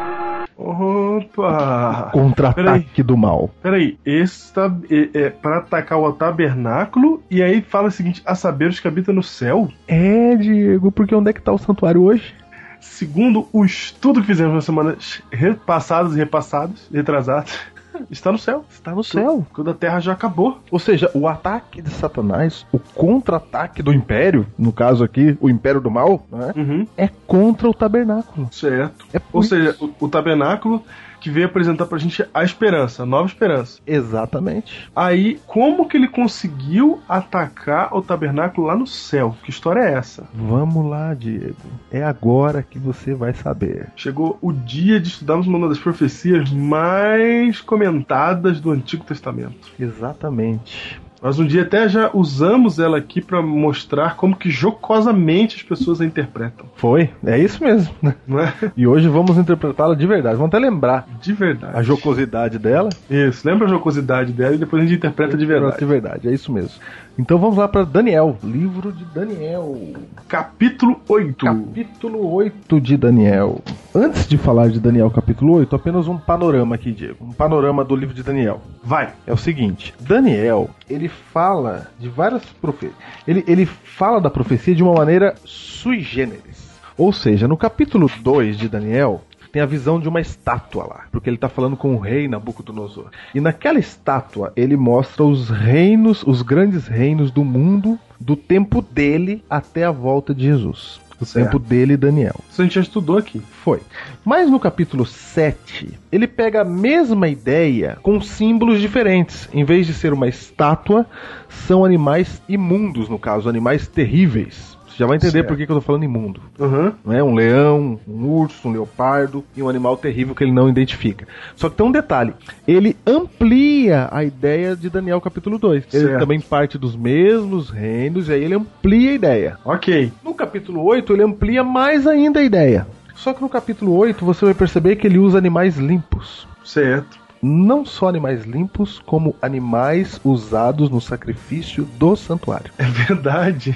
Opa! Contra-ataque do mal. Peraí, esse é para atacar o tabernáculo, e aí fala o seguinte: a saber os que habitam no céu? É, Diego, porque onde é que tá o santuário hoje? Segundo o estudo que fizemos nas semanas passadas e retrasadas, está no céu. Está no céu. Quando a terra já acabou. Ou seja, o ataque de Satanás, o contra-ataque do Império, no caso aqui, o Império do Mal, né, é contra o tabernáculo. Certo. Ou seja, o tabernáculo que veio apresentar pra gente a esperança, a nova esperança. Exatamente. Aí, como que ele conseguiu atacar o tabernáculo lá no céu? Que história é essa? Vamos lá, Diego. É agora que você vai saber. Chegou o dia de estudarmos uma das profecias mais comentadas do Antigo Testamento. Exatamente. Nós um dia até já usamos ela aqui pra mostrar como que jocosamente as pessoas a interpretam. Foi, é isso mesmo. Não é? E hoje vamos interpretá-la de verdade. Vamos até lembrar. De verdade. A jocosidade dela. Isso, lembra a jocosidade dela e depois a gente interpreta de verdade. De verdade, é isso mesmo. Então vamos lá para Daniel, livro de Daniel. Capítulo 8. Capítulo 8 de Daniel. Antes de falar de Daniel capítulo 8, apenas um panorama aqui, Diego. Um panorama do livro de Daniel. Vai. É o seguinte, Daniel, ele fala de várias profecias. Ele fala da profecia de uma maneira sui generis. Ou seja, no capítulo 2 de Daniel, tem a visão de uma estátua lá, porque ele está falando com o rei Nabucodonosor. E naquela estátua ele mostra os reinos, os grandes reinos do mundo, do tempo dele até a volta de Jesus. O tempo dele, Daniel. Isso a gente já estudou aqui. Foi. Mas no capítulo 7, ele pega a mesma ideia com símbolos diferentes. Em vez de ser uma estátua, são animais imundos, no caso, animais terríveis. Já vai entender por que eu tô falando imundo. Não é? Um leão, um urso, um leopardo e um animal terrível que ele não identifica. Só que tem um detalhe. Ele amplia a ideia de Daniel capítulo 2. Ele também parte dos mesmos reinos e aí ele amplia a ideia. Ok. No capítulo 8 ele amplia mais ainda a ideia. Só que no capítulo 8 você vai perceber que ele usa animais limpos. Certo. Não só animais limpos, como animais usados no sacrifício do santuário. É verdade.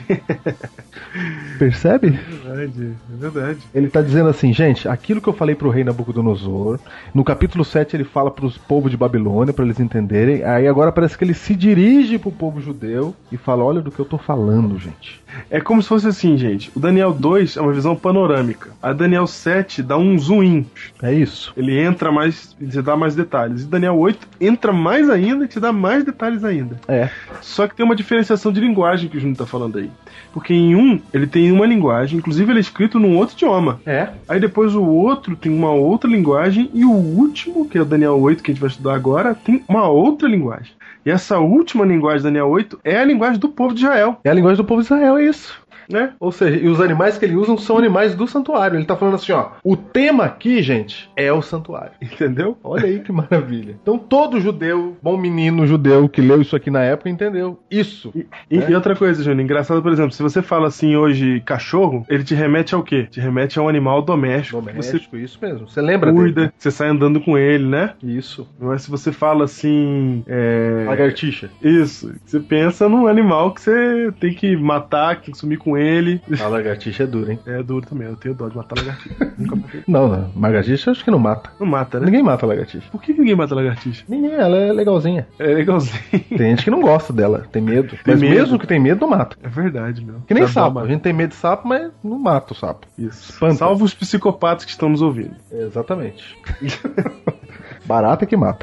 Percebe? É verdade. Ele está dizendo assim, gente, aquilo que eu falei pro rei Nabucodonosor, no capítulo 7 ele fala pros povos de Babilônia, para eles entenderem, aí agora parece que ele se dirige pro povo judeu e fala, olha do que eu tô falando, gente. É como se fosse assim, gente, o Daniel 2 é uma visão panorâmica, a Daniel 7 dá um zoom in. É isso. Ele entra mais, ele dá mais detalhes. E Daniel 8 entra mais ainda e te dá mais detalhes ainda. É. Só que tem uma diferenciação de linguagem que o Júnior tá falando aí. Porque em um, ele tem uma linguagem, inclusive ele é escrito num outro idioma. É. Aí depois o outro tem uma outra linguagem e o último, que é o Daniel 8, que a gente vai estudar agora, tem uma outra linguagem. E essa última linguagem de Daniel 8 é a linguagem do povo de Israel. É a linguagem do povo de Israel, é isso. Né? Ou seja, e os animais que ele usa são animais do santuário. Ele tá falando assim, ó, o tema aqui, gente, é o santuário. Entendeu? Olha aí que maravilha. Então todo judeu, bom menino judeu que leu isso aqui na época, entendeu isso. E outra coisa, Júnior, engraçado, por exemplo, se você fala assim hoje cachorro, ele te remete ao quê? Te remete a um animal doméstico. Doméstico, isso mesmo. Você lembra cuida, dele? Você sai andando com ele, né? Isso. Não é se você fala assim... lagartixa. Isso. Você pensa num animal que você tem que matar, que tem que sumir com ele. A lagartixa é dura, hein? É duro também, eu tenho dó de matar lagartixa. Nunca matei. Não, lagartixa acho que não mata. Não mata, né? Ninguém mata lagartixa. Por que ninguém mata lagartixa? Ninguém, ela é legalzinha. É legalzinha. Tem gente que não gosta dela, tem medo. Mas mesmo que tem medo, não mata. É verdade, meu. Que nem sapo, a gente tem medo de sapo, mas não mata o sapo. Isso. Espanta. Salvo os psicopatas que estão nos ouvindo. Exatamente. Barata que mata.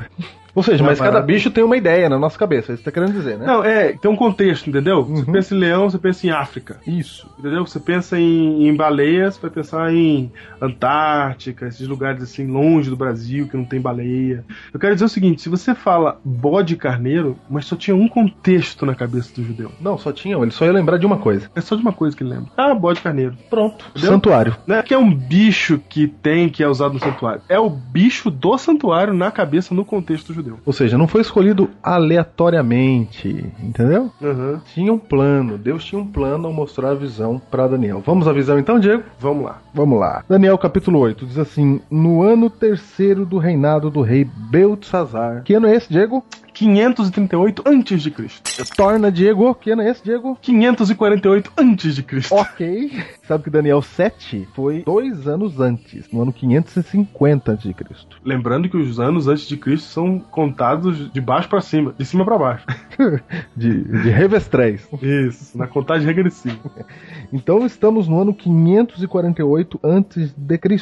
Ou seja, mas cada bicho tem uma ideia na nossa cabeça, é isso que você tá querendo dizer, né? Não, tem um contexto, entendeu? Você pensa em leão, você pensa em África. Isso. Entendeu? Você pensa em baleia, você vai pensar em Antártica, esses lugares assim, longe do Brasil, que não tem baleia. Eu quero dizer o seguinte, se você fala bode carneiro, mas só tinha um contexto na cabeça do judeu. Não, só tinha, ele só ia lembrar de uma coisa. É só de uma coisa que ele lembra. Ah, bode carneiro. Pronto. Entendeu? Santuário. Não é que é um bicho que é usado no santuário. É o bicho do santuário na cabeça, no contexto judeu. Ou seja, não foi escolhido aleatoriamente, entendeu? Tinha um plano. Deus tinha um plano ao mostrar a visão para Daniel. Vamos à visão então, Diego? Vamos lá. Vamos lá. Daniel capítulo 8 diz assim: no ano 3º do reinado do rei Beltesazar. Que ano é esse, Diego? 538 a.C. Torna, Diego. Que ano é esse, Diego? 548 a.C. Ok. Sabe que Daniel 7 foi 2 anos antes, no ano 550 a.C. Lembrando que os anos antes de Cristo são contados de baixo para cima, de cima para baixo. de revestréis. Isso, na contagem regressiva. Então estamos no ano 548 a.C.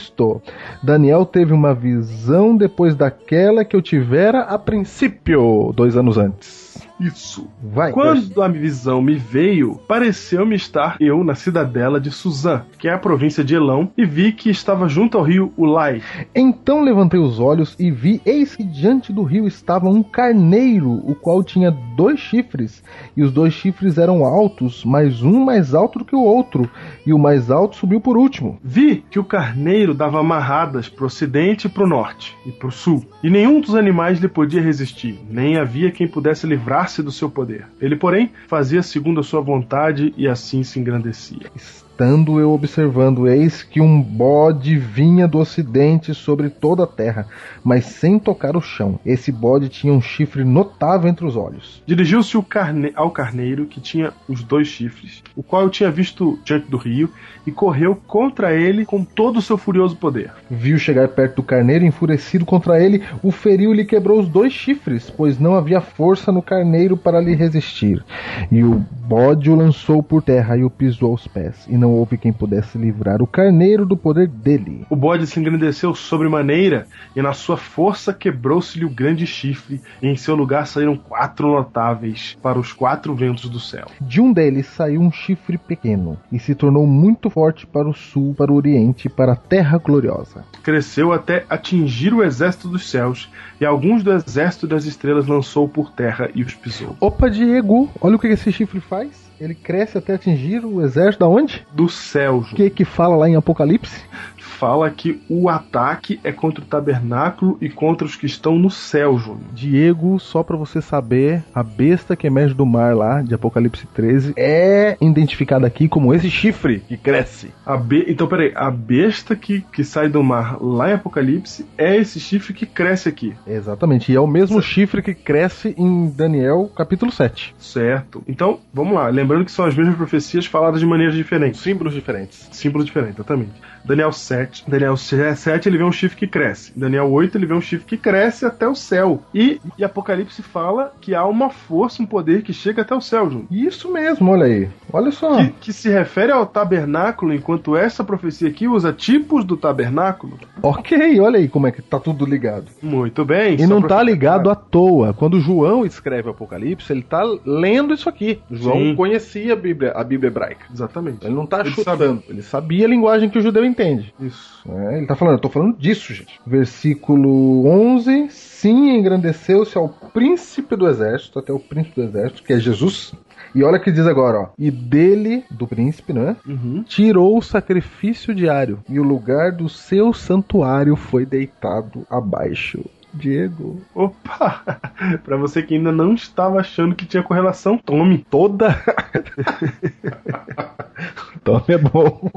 Daniel teve uma visão depois daquela que eu tivera a princípio, 2 anos antes. Isso. Vai. Quando a visão me veio, pareceu-me estar eu na cidadela de Suzã, que é a província de Elão, e vi que estava junto ao rio Ulai. Então levantei os olhos e vi, eis que diante do rio estava um carneiro, o qual tinha 2 chifres, e os 2 chifres eram altos, mas um mais alto do que o outro, e o mais alto subiu por último. Vi que o carneiro dava amarradas pro ocidente e pro norte, e pro sul, e nenhum dos animais lhe podia resistir, nem havia quem pudesse livrar-se do seu poder. Ele, porém, fazia segundo a sua vontade e assim se engrandecia. Estando eu observando, eis que um bode vinha do ocidente sobre toda a terra, mas sem tocar o chão. Esse bode tinha um chifre notável entre os olhos. Dirigiu-se ao carneiro, que tinha os 2 chifres, o qual eu tinha visto diante do rio, e correu contra ele com todo o seu furioso poder. Viu chegar perto do carneiro, enfurecido contra ele, o feriu e lhe quebrou os 2 chifres, pois não havia força no carneiro para lhe resistir. E o bode o lançou por terra e o pisou aos pés, e não houve quem pudesse livrar o carneiro do poder dele. O bode se engrandeceu sobremaneira, e na sua força quebrou-se-lhe o grande chifre, e em seu lugar saíram 4 notáveis para os 4 ventos do céu. De um deles saiu um chifre pequeno, e se tornou muito forte para o sul, para o oriente e para a terra gloriosa. Cresceu até atingir o exército dos céus, e alguns do exército das estrelas lançou por terra e os pisou. Opa, Diego, olha o que esse chifre faz. Ele cresce até atingir o exército da onde? Do céu. O que fala lá em Apocalipse? Fala que o ataque é contra o tabernáculo e contra os que estão no céu, Júnior. Diego, só pra você saber, a besta que emerge do mar lá, de Apocalipse 13, é identificada aqui como esse chifre que cresce. Então, peraí, a besta que sai do mar lá em Apocalipse é esse chifre que cresce aqui. Exatamente, e é o mesmo chifre que cresce em Daniel capítulo 7. Certo. Então, vamos lá, lembrando que são as mesmas profecias faladas de maneiras diferentes. Símbolos diferentes. Símbolos diferentes, exatamente. Daniel 7, ele vê um chifre que cresce. Daniel 8, ele vê um chifre que cresce até o céu. E Apocalipse fala que há uma força, um poder que chega até o céu, Júnior. Isso mesmo, olha aí. Olha só. Que se refere ao tabernáculo, enquanto essa profecia aqui usa tipos do tabernáculo. Ok, olha aí como é que tá tudo ligado. Muito bem. E não tá ligado à toa. Quando João escreve o Apocalipse, ele tá lendo isso aqui. João conhecia a Bíblia hebraica. Exatamente. Ele não tá chutando. Ele sabia a linguagem que o judeu entende. Isso. Ele tá falando, eu tô falando disso, gente. Versículo 11. Sim, engrandeceu-se ao príncipe do exército, até o príncipe do exército, que é Jesus. E olha o que diz agora, ó. E dele, do príncipe, né? Tirou o sacrifício diário, e o lugar do seu santuário foi deitado abaixo. Diego. Opa! Pra você que ainda não estava achando que tinha correlação, tome toda. Tome é bom.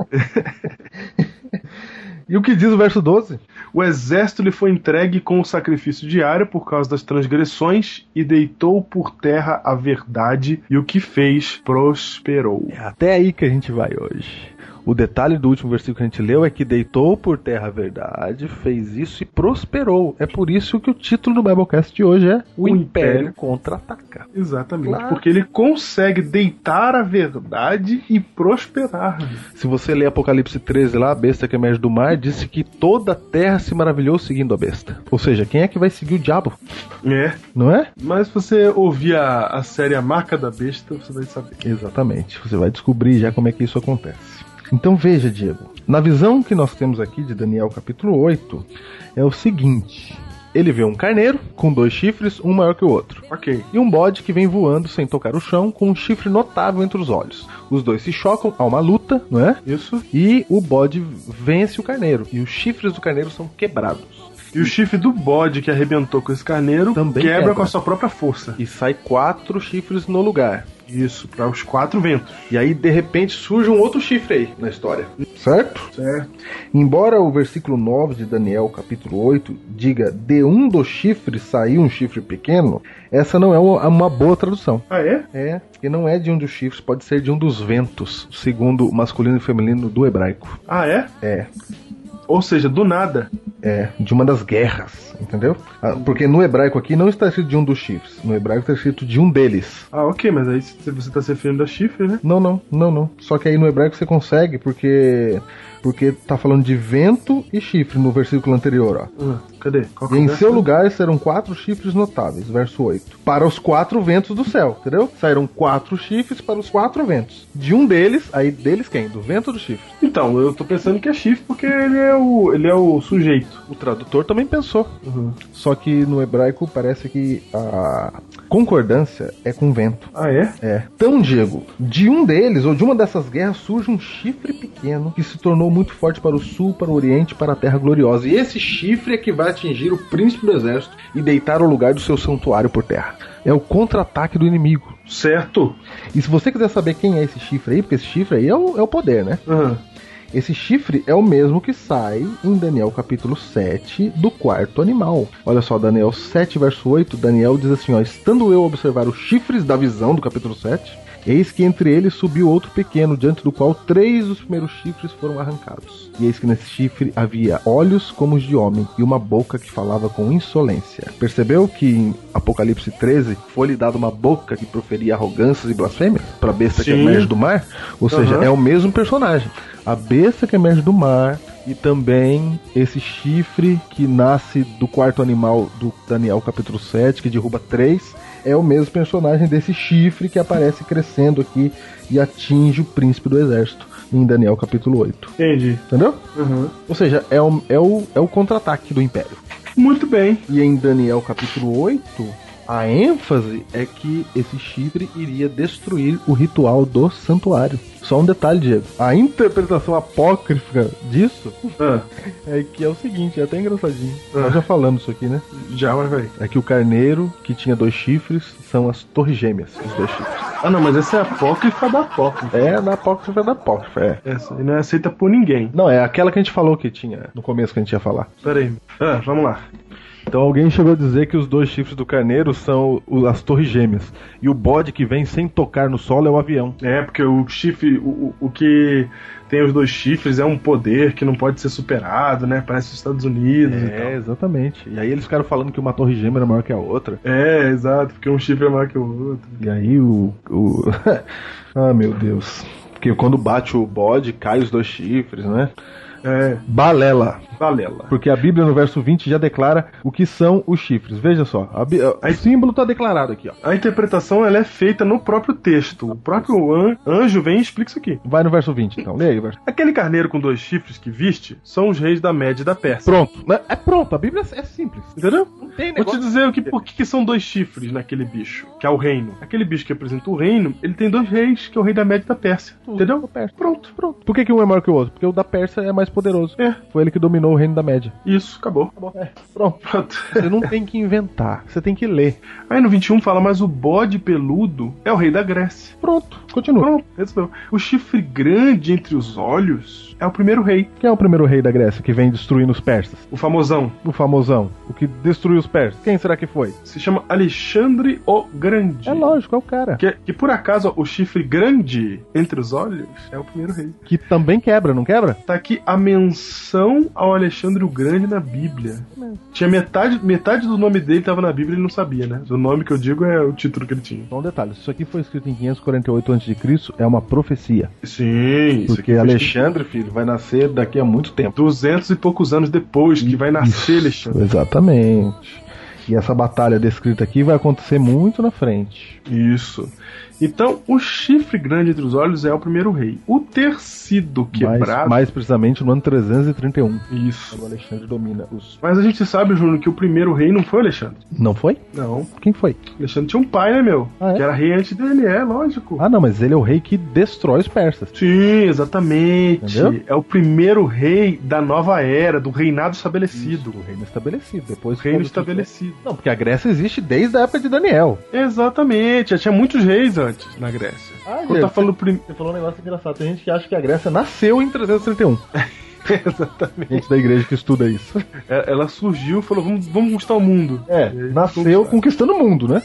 E o que diz o verso 12? O exército lhe foi entregue com o sacrifício diário por causa das transgressões e deitou por terra a verdade, e o que fez prosperou. É até aí que a gente vai hoje. O detalhe do último versículo que a gente leu é que deitou por terra a verdade, fez isso e prosperou. É por isso que o título do Biblecast de hoje é O Império Contra-Ataca. Exatamente, Claro. porque ele consegue deitar a verdade e prosperar. Se você ler Apocalipse 13 lá, a besta que emerge do mar, disse que toda a terra se maravilhou seguindo a besta. Ou seja, quem é que vai seguir o diabo? É. Não é? Mas se você ouvir a série A Marca da Besta, você vai saber. Exatamente. Você vai descobrir já como é que isso acontece. Então veja, Diego, na visão que nós temos aqui de Daniel capítulo 8, é o seguinte: ele vê um carneiro com 2 chifres, um maior que o outro. Ok. E um bode que vem voando sem tocar o chão, com um chifre notável entre os olhos. Os dois se chocam, há uma luta, não é? Isso. E o bode vence o carneiro. E os chifres do carneiro são quebrados. E o chifre do bode que arrebentou com esse carneiro também quebra com a sua própria força. E sai 4 chifres no lugar. Isso, para os 4 ventos. E aí, de repente, surge um outro chifre aí na história. Certo? Certo. Embora o versículo 9 de Daniel, capítulo 8, diga: de um dos chifres saiu um chifre pequeno, essa não é uma boa tradução. Ah, é? É, e não é de um dos chifres, pode ser de um dos ventos, segundo o masculino e feminino do hebraico. Ah, é? É. Ou seja, do nada. É, de uma das guerras, entendeu? Porque no hebraico aqui não está escrito de um dos chifres. No hebraico está escrito de um deles. Ah, ok, mas aí você está se referindo a chifre, né? Não. Só que aí no hebraico você consegue, porque tá falando de vento e chifre no versículo anterior, ó. Cadê? E em seu lugar serão 4 chifres notáveis, verso 8. Para os 4 ventos do céu, entendeu? Saíram 4 chifres para os 4 ventos. De um deles, aí deles quem? Do vento ou do chifre? Então, eu tô pensando que é chifre porque ele é o sujeito. O tradutor também pensou. Só que no hebraico parece que a concordância é com vento. Ah, é? É. Então, Diego, de um deles, ou de uma dessas guerras, surge um chifre pequeno que se tornou muito forte para o sul, para o oriente, para a terra gloriosa. E esse chifre é que vai atingir o príncipe do exército e deitar o lugar do seu santuário por terra. É o contra-ataque do inimigo. Certo. E se você quiser saber quem é esse chifre aí, porque esse chifre aí é o poder, né? Esse chifre é o mesmo que sai em Daniel capítulo 7 do 4º animal. Olha só, Daniel 7, verso 8, Daniel diz assim, ó: estando eu a observar os chifres da visão do capítulo 7, eis que entre eles subiu outro pequeno, diante do qual 3 dos primeiros chifres foram arrancados. E eis que nesse chifre havia olhos como os de homem, e uma boca que falava com insolência. Percebeu que em Apocalipse 13 foi-lhe dada uma boca que proferia arrogâncias e blasfêmias para a besta que emerge do mar? Ou seja, é o mesmo personagem. A besta que emerge do mar e também esse chifre que nasce do 4º animal do Daniel capítulo 7, que derruba 3, é o mesmo personagem desse chifre que aparece crescendo aqui e atinge o príncipe do exército em Daniel capítulo 8. Entendi. Entendeu? Ou seja, é o contra-ataque do Império. Muito bem. E em Daniel capítulo 8... a ênfase é que esse chifre iria destruir o ritual do santuário. Só um detalhe, Diego. A interpretação apócrifa disso é que é o seguinte, é até engraçadinho. Nós já falamos isso aqui, né? Já, mas vai. É que o carneiro que tinha 2 chifres são as torres gêmeas, os 2 chifres. Ah, não, mas essa é a apócrifa da apócrifa. É, da apócrifa da apócrifa, é. Essa aí não é aceita por ninguém. Não, é aquela que a gente falou que tinha no começo que a gente ia falar. Pera aí. Vamos lá. Então alguém chegou a dizer que os 2 chifres do carneiro são as torres gêmeas. E o bode que vem sem tocar no solo é o avião. É, porque o chifre, o que tem os 2 chifres é um poder que não pode ser superado, né? Parece os Estados Unidos e tal. É, exatamente. E aí eles ficaram falando que uma torre gêmea era maior que a outra. É, exato, porque um chifre é maior que o outro. E aí ah, meu Deus. Porque quando bate o bode, cai os 2 chifres, né? É. Balela. Balela. Porque a Bíblia no verso 20 já declara o que são os chifres. Veja só, o símbolo está declarado aqui, ó. A interpretação ela é feita no próprio texto. O próprio anjo vem e explica isso aqui. Vai no verso 20, então. Lê aí o verso. Aquele carneiro com 2 chifres que viste são os reis da Média e da Pérsia. Pronto. É pronto. A Bíblia é simples. Entendeu? Não tem negócio. Vou te dizer por que são 2 chifres naquele bicho, que é o reino. Aquele bicho que representa o reino, ele tem 2 reis, que é o rei da Média e da Pérsia. Entendeu? Pronto. Por que um é maior que o outro? Porque o da Pérsia é mais poderoso. Foi ele que dominou o reino da Média. Isso, acabou. Pronto. Você não tem que inventar, você tem que ler. Aí no 21 fala, mas o bode peludo é o rei da Grécia. Pronto, continua. Pronto, resolveu. O chifre grande entre os olhos é o primeiro rei. Quem é o primeiro rei da Grécia que vem destruindo os persas? O famosão. O famosão. O que destruiu os persas. Quem será que foi? Se chama Alexandre o Grande. É lógico, é o cara. Que por acaso, ó, o chifre grande entre os olhos é o primeiro rei. Que também quebra, não quebra? Tá aqui a menção ao Alexandre o Grande na Bíblia. Tinha metade do nome dele tava na Bíblia e ele não sabia, né? O nome que eu digo é o título que ele tinha. Só um detalhe, isso aqui foi escrito em 548 a.C., é uma profecia. Sim. Porque Alexandre, filho, vai nascer daqui a muito tempo. 200 e poucos anos depois que vai nascer Alexandre. Exatamente. E essa batalha descrita aqui vai acontecer muito na frente. Isso. Então, o chifre grande entre os olhos é o primeiro rei. O ter sido quebrado... Mais precisamente no ano 331. Isso. Quando Alexandre domina os... Mas a gente sabe, Júnior, que o primeiro rei não foi o Alexandre. Não foi? Não. Quem foi? Alexandre tinha um pai, né, meu? Que era rei antes dele, lógico. Ah, não, mas ele é o rei que destrói os persas. Sim, exatamente. Entendeu? É o primeiro rei da nova era, do reinado estabelecido. Isso, do reino estabelecido. Depois reino estabelecido. Não, porque a Grécia existe desde a época de Daniel. Exatamente. Já tinha muitos reis antes na Grécia. Tá falando você falou um negócio engraçado. Tem gente que acha que a Grécia nasceu em 331. Exatamente. Gente da igreja que estuda isso. Ela surgiu e falou, vamos conquistar o mundo. Nasceu conquistando o mundo, né?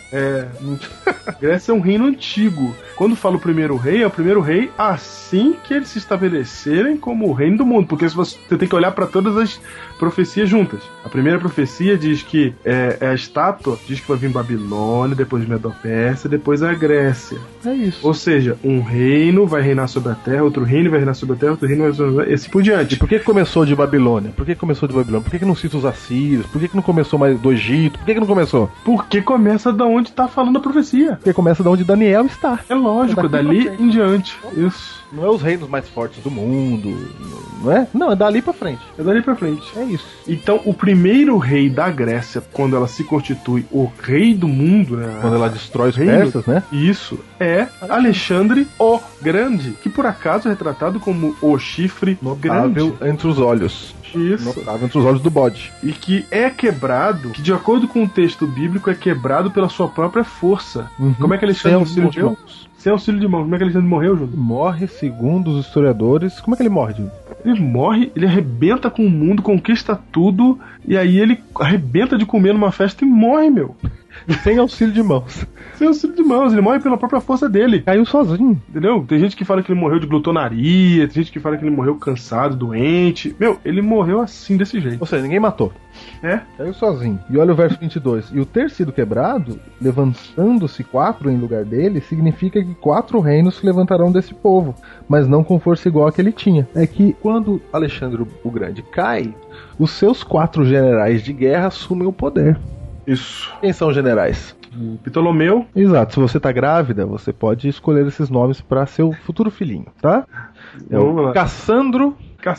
Grécia é um reino antigo. Quando fala o primeiro rei, é o primeiro rei assim que eles se estabelecerem como o reino do mundo. Porque você tem que olhar para todas as profecias juntas. A primeira profecia diz que a estátua diz que vai vir Babilônia, depois Medo-Pérsia, depois a Grécia. É isso. Ou seja, um reino vai reinar sobre a terra, outro reino vai reinar sobre a terra, outro reino vai reinar sobre a terra, e assim por diante. E por que começou de Babilônia? Por que começou de Babilônia? Por que não cita os assírios? Por que não começou mais do Egito? Por que não começou? Porque começa da onde tá falando a profecia. Porque começa da onde Daniel está. É lógico, dali em diante. Isso. Não é os reinos mais fortes do mundo, não é? Não, é dali pra frente. É dali pra frente. É isso. Então, o primeiro rei da Grécia, quando ela se constitui o rei do mundo, né? Quando ela destrói os persas, né? Isso. É Alexandre o Grande, que por acaso é retratado como o chifre grande. Entre os olhos. Isso. Notável entre os olhos do bode. E que é quebrado, que de acordo com o texto bíblico, é quebrado pela sua própria força. Como é que Alexandre morreu? Sem auxílio de mãos. Como é que Alexandre morreu, Júlio? Morre, segundo os historiadores... Como é que ele morre, Júlio? Ele morre, ele arrebenta com o mundo, conquista tudo, e aí ele arrebenta de comer numa festa e morre, meu. Sem auxílio de mãos. Sem auxílio de mãos, ele morre pela própria força dele. Caiu sozinho. Entendeu? Tem gente que fala que ele morreu de glutonaria, tem gente que fala que ele morreu cansado, doente. Meu, ele morreu assim, desse jeito. Ou seja, ninguém matou. Caiu sozinho. E olha o verso 22. E o ter sido quebrado, levantando-se 4 em lugar dele, significa que 4 reinos se levantarão desse povo, mas não com força igual a que ele tinha. É que quando Alexandre o Grande cai, os seus 4 generais de guerra assumem o poder. Isso. Quem são os generais? Ptolomeu. Exato. Se você tá grávida, você pode escolher esses nomes para seu futuro filhinho, tá? É o Cassandro,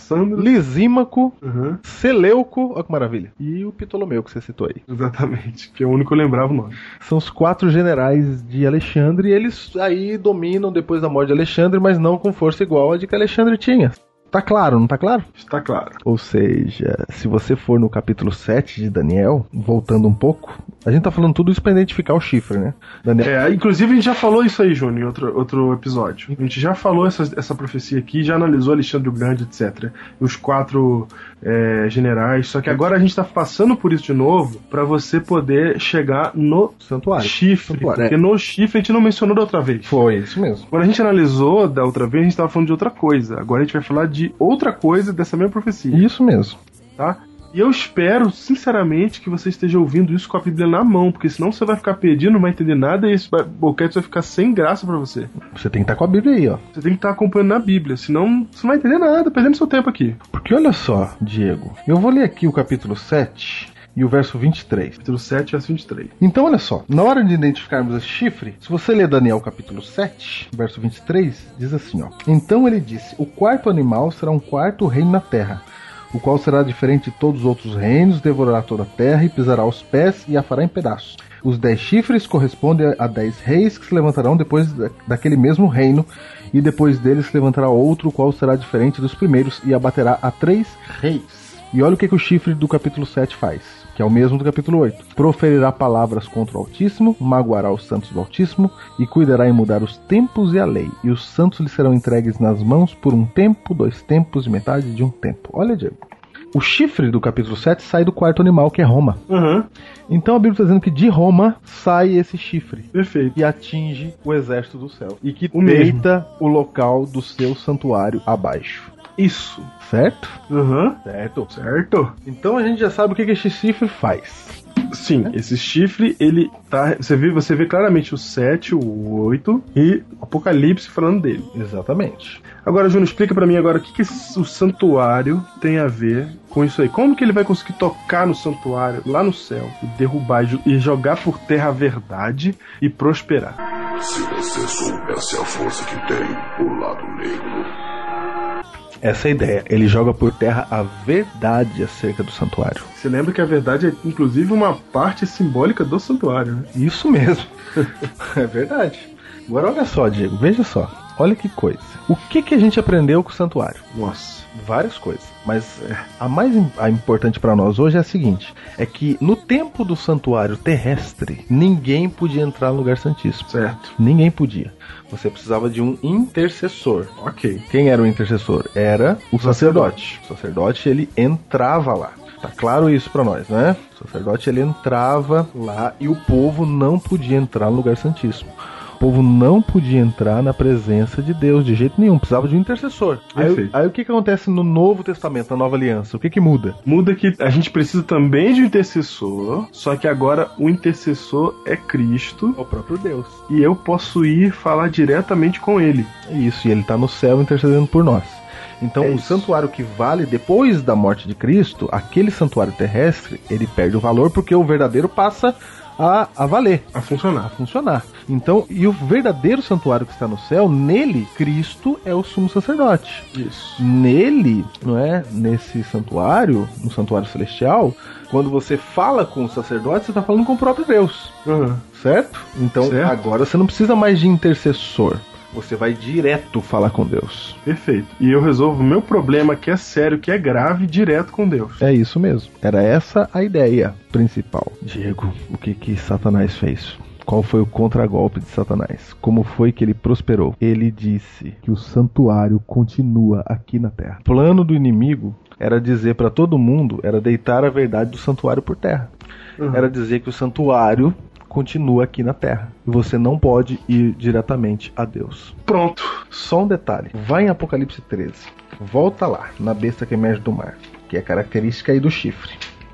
Lisímaco, Seleuco, olha que maravilha. E o Ptolomeu que você citou aí. Exatamente, que é o único que eu lembrava o nome. São os 4 generais de Alexandre e eles aí dominam depois da morte de Alexandre, mas não com força igual a de que Alexandre tinha. Tá claro, não tá claro? Está claro. Ou seja, se você for no capítulo 7 de Daniel, voltando um pouco, a gente tá falando tudo isso pra identificar o chifre, né? Daniel... inclusive a gente já falou isso aí, Júnior, em outro episódio. A gente já falou essa profecia aqui, já analisou Alexandre o Grande, etc. Os 4 generais, só que agora a gente tá passando por isso de novo pra você poder chegar no chifre. Porque no chifre a gente não mencionou da outra vez. Foi, isso mesmo. Quando a gente analisou da outra vez, a gente tava falando de outra coisa. Agora a gente vai falar de outra coisa dessa mesma profecia. Isso mesmo. Tá? E eu espero, sinceramente, que você esteja ouvindo isso com a Bíblia na mão, porque senão você vai ficar perdido, não vai entender nada e esse boquete vai ficar sem graça pra você. Você tem que estar com a Bíblia aí, ó. Você tem que estar acompanhando na Bíblia, senão você não vai entender nada, perdendo seu tempo aqui. Porque olha só, Diego, eu vou ler aqui o capítulo 7... e o verso 23. Capítulo 7, verso 23. Então, olha só. Na hora de identificarmos esse chifre, se você ler Daniel capítulo 7, verso 23, diz assim, ó. Então ele disse, o 4º animal será um 4º reino na terra. o qual será diferente de todos os outros reinos, devorará toda a terra e pisará os pés e a fará em pedaços. Os 10 chifres correspondem a 10 reis que se levantarão depois daquele mesmo reino, e depois deles se levantará outro, o qual será diferente dos primeiros, e abaterá a 3 reis. E olha o que o chifre do capítulo 7 faz, que é o mesmo do capítulo 8. Proferirá palavras contra o Altíssimo, magoará os santos do Altíssimo, e cuidará em mudar os tempos e a lei. E os santos lhe serão entregues nas mãos por 1 tempo, 2 tempos e metade de 1 tempo. Olha, Diego. O chifre do capítulo 7 sai do quarto animal, que é Roma. Então a Bíblia está dizendo que de Roma sai esse chifre. Perfeito. E atinge o exército do céu. E que deita o local do seu santuário abaixo. Isso. Certo? Certo. Então a gente já sabe o que esse chifre faz. Sim, esse chifre, ele tá. Você vê claramente o 7, o 8 e o Apocalipse falando dele. Exatamente. Agora, Júnior, explica pra mim agora o que o santuário tem a ver com isso aí. Como que ele vai conseguir tocar no santuário, lá no céu, e derrubar e jogar por terra a verdade e prosperar? Se você soubesse a força que tem o lado negro. Essa é a ideia. Ele joga por terra a verdade acerca do santuário. Você lembra que a verdade é, inclusive, uma parte simbólica do santuário, né? Isso mesmo. É verdade. Agora olha só, Diego. Veja só. Olha que coisa. O que a gente aprendeu com o santuário? Nossa. Várias coisas. Mas a mais importante para nós hoje é a seguinte. É que no tempo do santuário terrestre, ninguém podia entrar no lugar santíssimo. Certo. Ninguém podia. Você precisava de um intercessor. Ok. Quem era o intercessor? Era o sacerdote. O sacerdote, ele entrava lá. Tá claro isso pra nós, né? O sacerdote, ele entrava lá e o povo não podia entrar no lugar santíssimo. O povo não podia entrar na presença de Deus de jeito nenhum, precisava de um intercessor. Aí o que acontece no Novo Testamento, na Nova Aliança? O que muda? Muda que a gente precisa também de um intercessor, só que agora o intercessor é Cristo, o próprio Deus. E eu posso ir falar diretamente com ele. Isso, e ele tá no céu intercedendo por nós. Então o santuário que vale depois da morte de Cristo, aquele santuário terrestre, ele perde o valor porque o verdadeiro passa a valer, a funcionar. Então, e o verdadeiro santuário que está no céu, nele, Cristo é o sumo sacerdote. Isso. Nele, não é? Nesse santuário, no santuário celestial, quando você fala com o sacerdote, você está falando com o próprio Deus. Certo? Então, agora você não precisa mais de intercessor. Você vai direto falar com Deus. Perfeito. E eu resolvo o meu problema, que é sério, que é grave, direto com Deus. É isso mesmo. Era essa a ideia principal. Diego, o que Satanás fez? Qual foi o contragolpe de Satanás? Como foi que ele prosperou? Ele disse que o santuário continua aqui na terra. O plano do inimigo era dizer para todo mundo, era deitar a verdade do santuário por terra. Era dizer que o santuário continua aqui na terra. E você não pode ir diretamente a Deus. Pronto. Só um detalhe. Vai em Apocalipse 13. Volta lá, na besta que emerge do mar. Que é característica aí do chifre.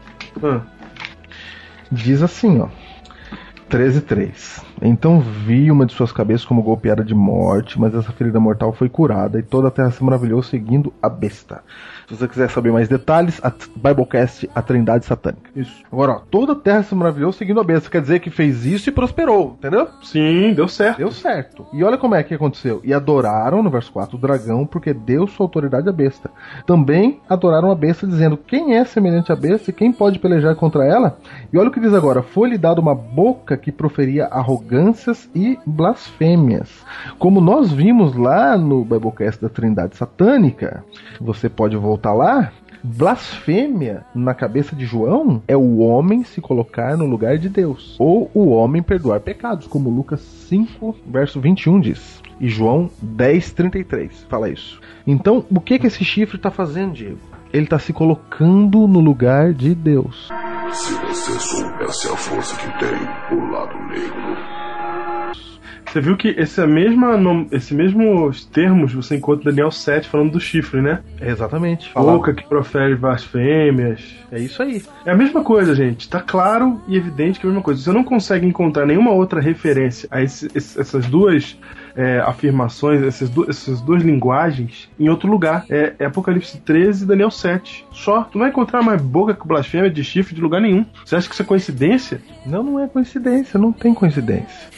Diz assim, ó. 13:3. Então vi uma de suas cabeças como golpeada de morte, mas essa ferida mortal foi curada e toda a terra se maravilhou seguindo a besta. Se você quiser saber mais detalhes, a Biblecast, a Trindade Satânica. Isso. Agora, ó, toda a terra se maravilhou seguindo a besta. Quer dizer que fez isso e prosperou, entendeu? Sim, deu certo. Deu certo. E olha como é que aconteceu. E adoraram, no verso 4, o dragão, porque deu sua autoridade à besta. Também adoraram a besta, dizendo, quem é semelhante à besta e quem pode pelejar contra ela? E olha o que diz agora, foi-lhe dado uma boca que proferia arrogâncias e blasfêmias. Como nós vimos lá no Biblecast da Trindade Satânica, você pode voltar lá. Blasfêmia na cabeça de João é o homem se colocar no lugar de Deus, ou o homem perdoar pecados, como Lucas 5, verso 21 diz. E João 10:33 fala isso. Então, o que esse chifre está fazendo, Diego? Ele está se colocando no lugar de Deus. Se você soubesse a força que tem o lado negro. Você viu que esses mesmos termos você encontra em Daniel 7 falando do chifre, né? Exatamente. Boca que profere blasfêmias. É isso aí. É a mesma coisa, gente. Tá claro e evidente que é a mesma coisa. Você não consegue encontrar nenhuma outra referência a essas duas afirmações, essas duas linguagens em outro lugar. É Apocalipse 13 e Daniel 7. Só. Tu não vai encontrar mais boca com blasfêmia de chifre de lugar nenhum. Você acha que isso é coincidência? Não é coincidência. Não tem coincidência.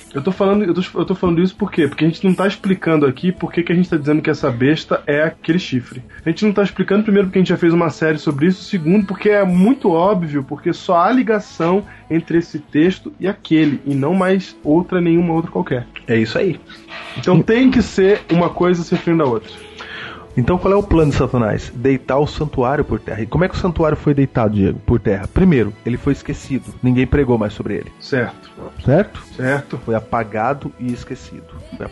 Eu tô falando isso por quê? Porque a gente não tá explicando aqui por que a gente tá dizendo que essa besta é aquele chifre. A gente não tá explicando, primeiro, porque a gente já fez uma série sobre isso, segundo, porque é muito óbvio, porque só há ligação entre esse texto e aquele, e não mais nenhuma outra qualquer. É isso aí. Então tem que ser uma coisa se referindo à outra. Então qual é o plano de Satanás? Deitar o santuário por terra. E como é que o santuário foi deitado, Diego, por terra? Primeiro, ele foi esquecido. Ninguém pregou mais sobre ele. Certo. Certo? Certo. Foi apagado e esquecido.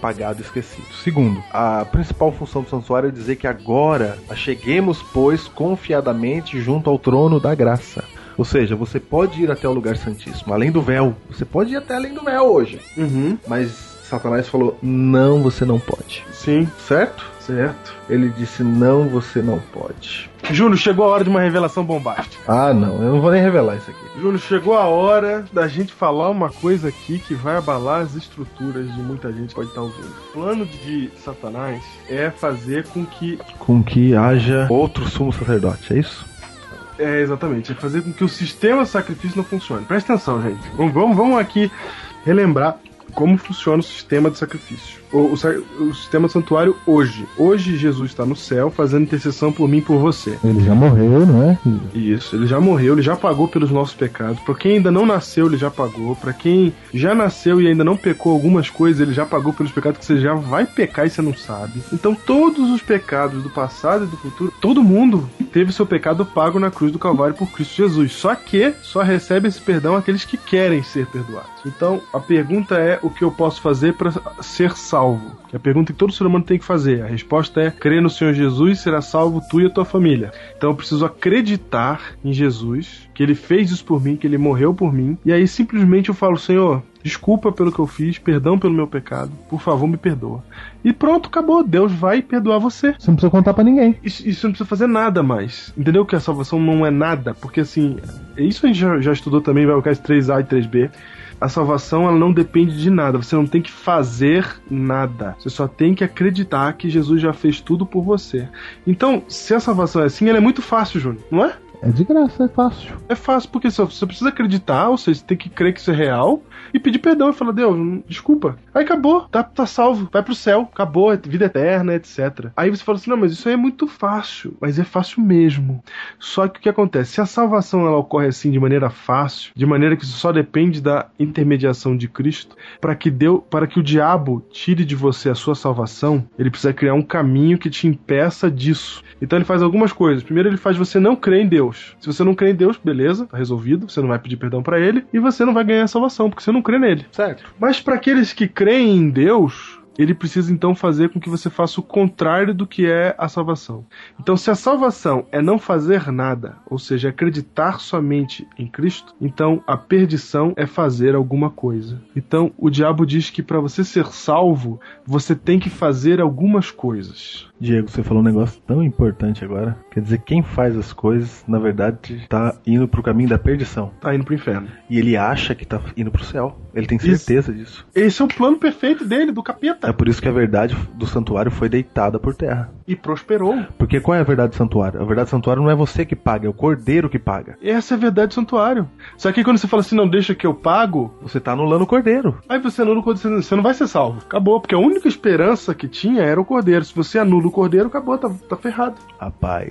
Segundo, a principal função do santuário é dizer que agora acheguemos, pois, confiadamente junto ao trono da graça. Ou seja, você pode ir até o lugar santíssimo, além do véu. Você pode ir até além do véu hoje. Mas Satanás falou, não, você não pode. Sim. Certo? Certo. Ele disse, não, você não pode. Júlio, chegou a hora de uma revelação bombástica. Ah, não, eu não vou nem revelar isso aqui. Júlio, chegou a hora da gente falar uma coisa aqui que vai abalar as estruturas de muita gente que pode estar ouvindo. O plano de Satanás é fazer com que haja outro sumo sacerdote, é isso? É, exatamente. É fazer com que o sistema de sacrifício não funcione. Presta atenção, gente. Vamos aqui relembrar como funciona o sistema de sacrifício. O sistema do santuário hoje. Hoje Jesus está no céu fazendo intercessão por mim e por você. Ele já morreu, não é? Isso, ele já morreu, ele já pagou pelos nossos pecados. Para quem ainda não nasceu, ele já pagou. Para quem já nasceu e ainda não pecou algumas coisas, ele já pagou pelos pecados que você já vai pecar e você não sabe. Então todos os pecados do passado e do futuro, todo mundo teve seu pecado pago na cruz do Calvário por Cristo Jesus. Só que só recebe esse perdão aqueles que querem ser perdoados. Então a pergunta é o que eu posso fazer para ser salvo? Que é a pergunta que todo ser humano tem que fazer. A resposta é: crê no Senhor Jesus, será salvo tu e a tua família. Então eu preciso acreditar em Jesus, que ele fez isso por mim, que ele morreu por mim, e aí simplesmente eu falo: Senhor, desculpa pelo que eu fiz, perdão pelo meu pecado, por favor me perdoa. E pronto, acabou, Deus vai perdoar você. Você não precisa contar pra ninguém. Isso não precisa fazer nada mais. Entendeu que a salvação não é nada? Porque assim, isso a gente já estudou também, vai colocar 3A e 3B. A salvação, ela não depende de nada. Você não tem que fazer nada. Você só tem que acreditar que Jesus já fez tudo por você. Então, se a salvação é assim, ela é muito fácil, Júnior, não é? É de graça, é fácil. É fácil porque você precisa acreditar, ou seja, você tem que crer que isso é real e pedir perdão e falar: Deus, desculpa. Aí acabou, tá salvo, vai pro céu, acabou, é vida eterna, etc. Aí você fala assim: não, mas isso aí é muito fácil. Mas é fácil mesmo. Só que o que acontece? Se a salvação ela ocorre assim de maneira fácil, de maneira que só depende da intermediação de Cristo, para que o diabo tire de você a sua salvação, ele precisa criar um caminho que te impeça disso. Então ele faz algumas coisas. Primeiro, ele faz você não crer em Deus. Se você não crê em Deus, beleza, tá resolvido, você não vai pedir perdão pra ele e você não vai ganhar a salvação, porque você não crê nele. Certo. Mas para aqueles que creem em Deus, ele precisa então fazer com que você faça o contrário do que é a salvação. Então, se a salvação é não fazer nada, ou seja, acreditar somente em Cristo, então a perdição é fazer alguma coisa. Então, o diabo diz que para você ser salvo, você tem que fazer algumas coisas. Diego, você falou um negócio tão importante agora. Quer dizer, quem faz as coisas, na verdade, tá indo pro caminho da perdição. Tá indo pro inferno. E ele acha que tá indo pro céu. Ele tem certeza disso. Esse é o plano perfeito dele, do capeta. É por isso que a verdade do santuário foi deitada por terra. E prosperou. Porque qual é a verdade do santuário? A verdade do santuário não é você que paga, é o cordeiro que paga. Essa é a verdade do santuário. Só que quando você fala assim, não deixa que eu pago, você tá anulando o cordeiro. Aí você anula o cordeiro, você não vai ser salvo. Acabou, porque a única esperança que tinha era o cordeiro. Se você anula o cordeiro, acabou, tá ferrado. Rapaz.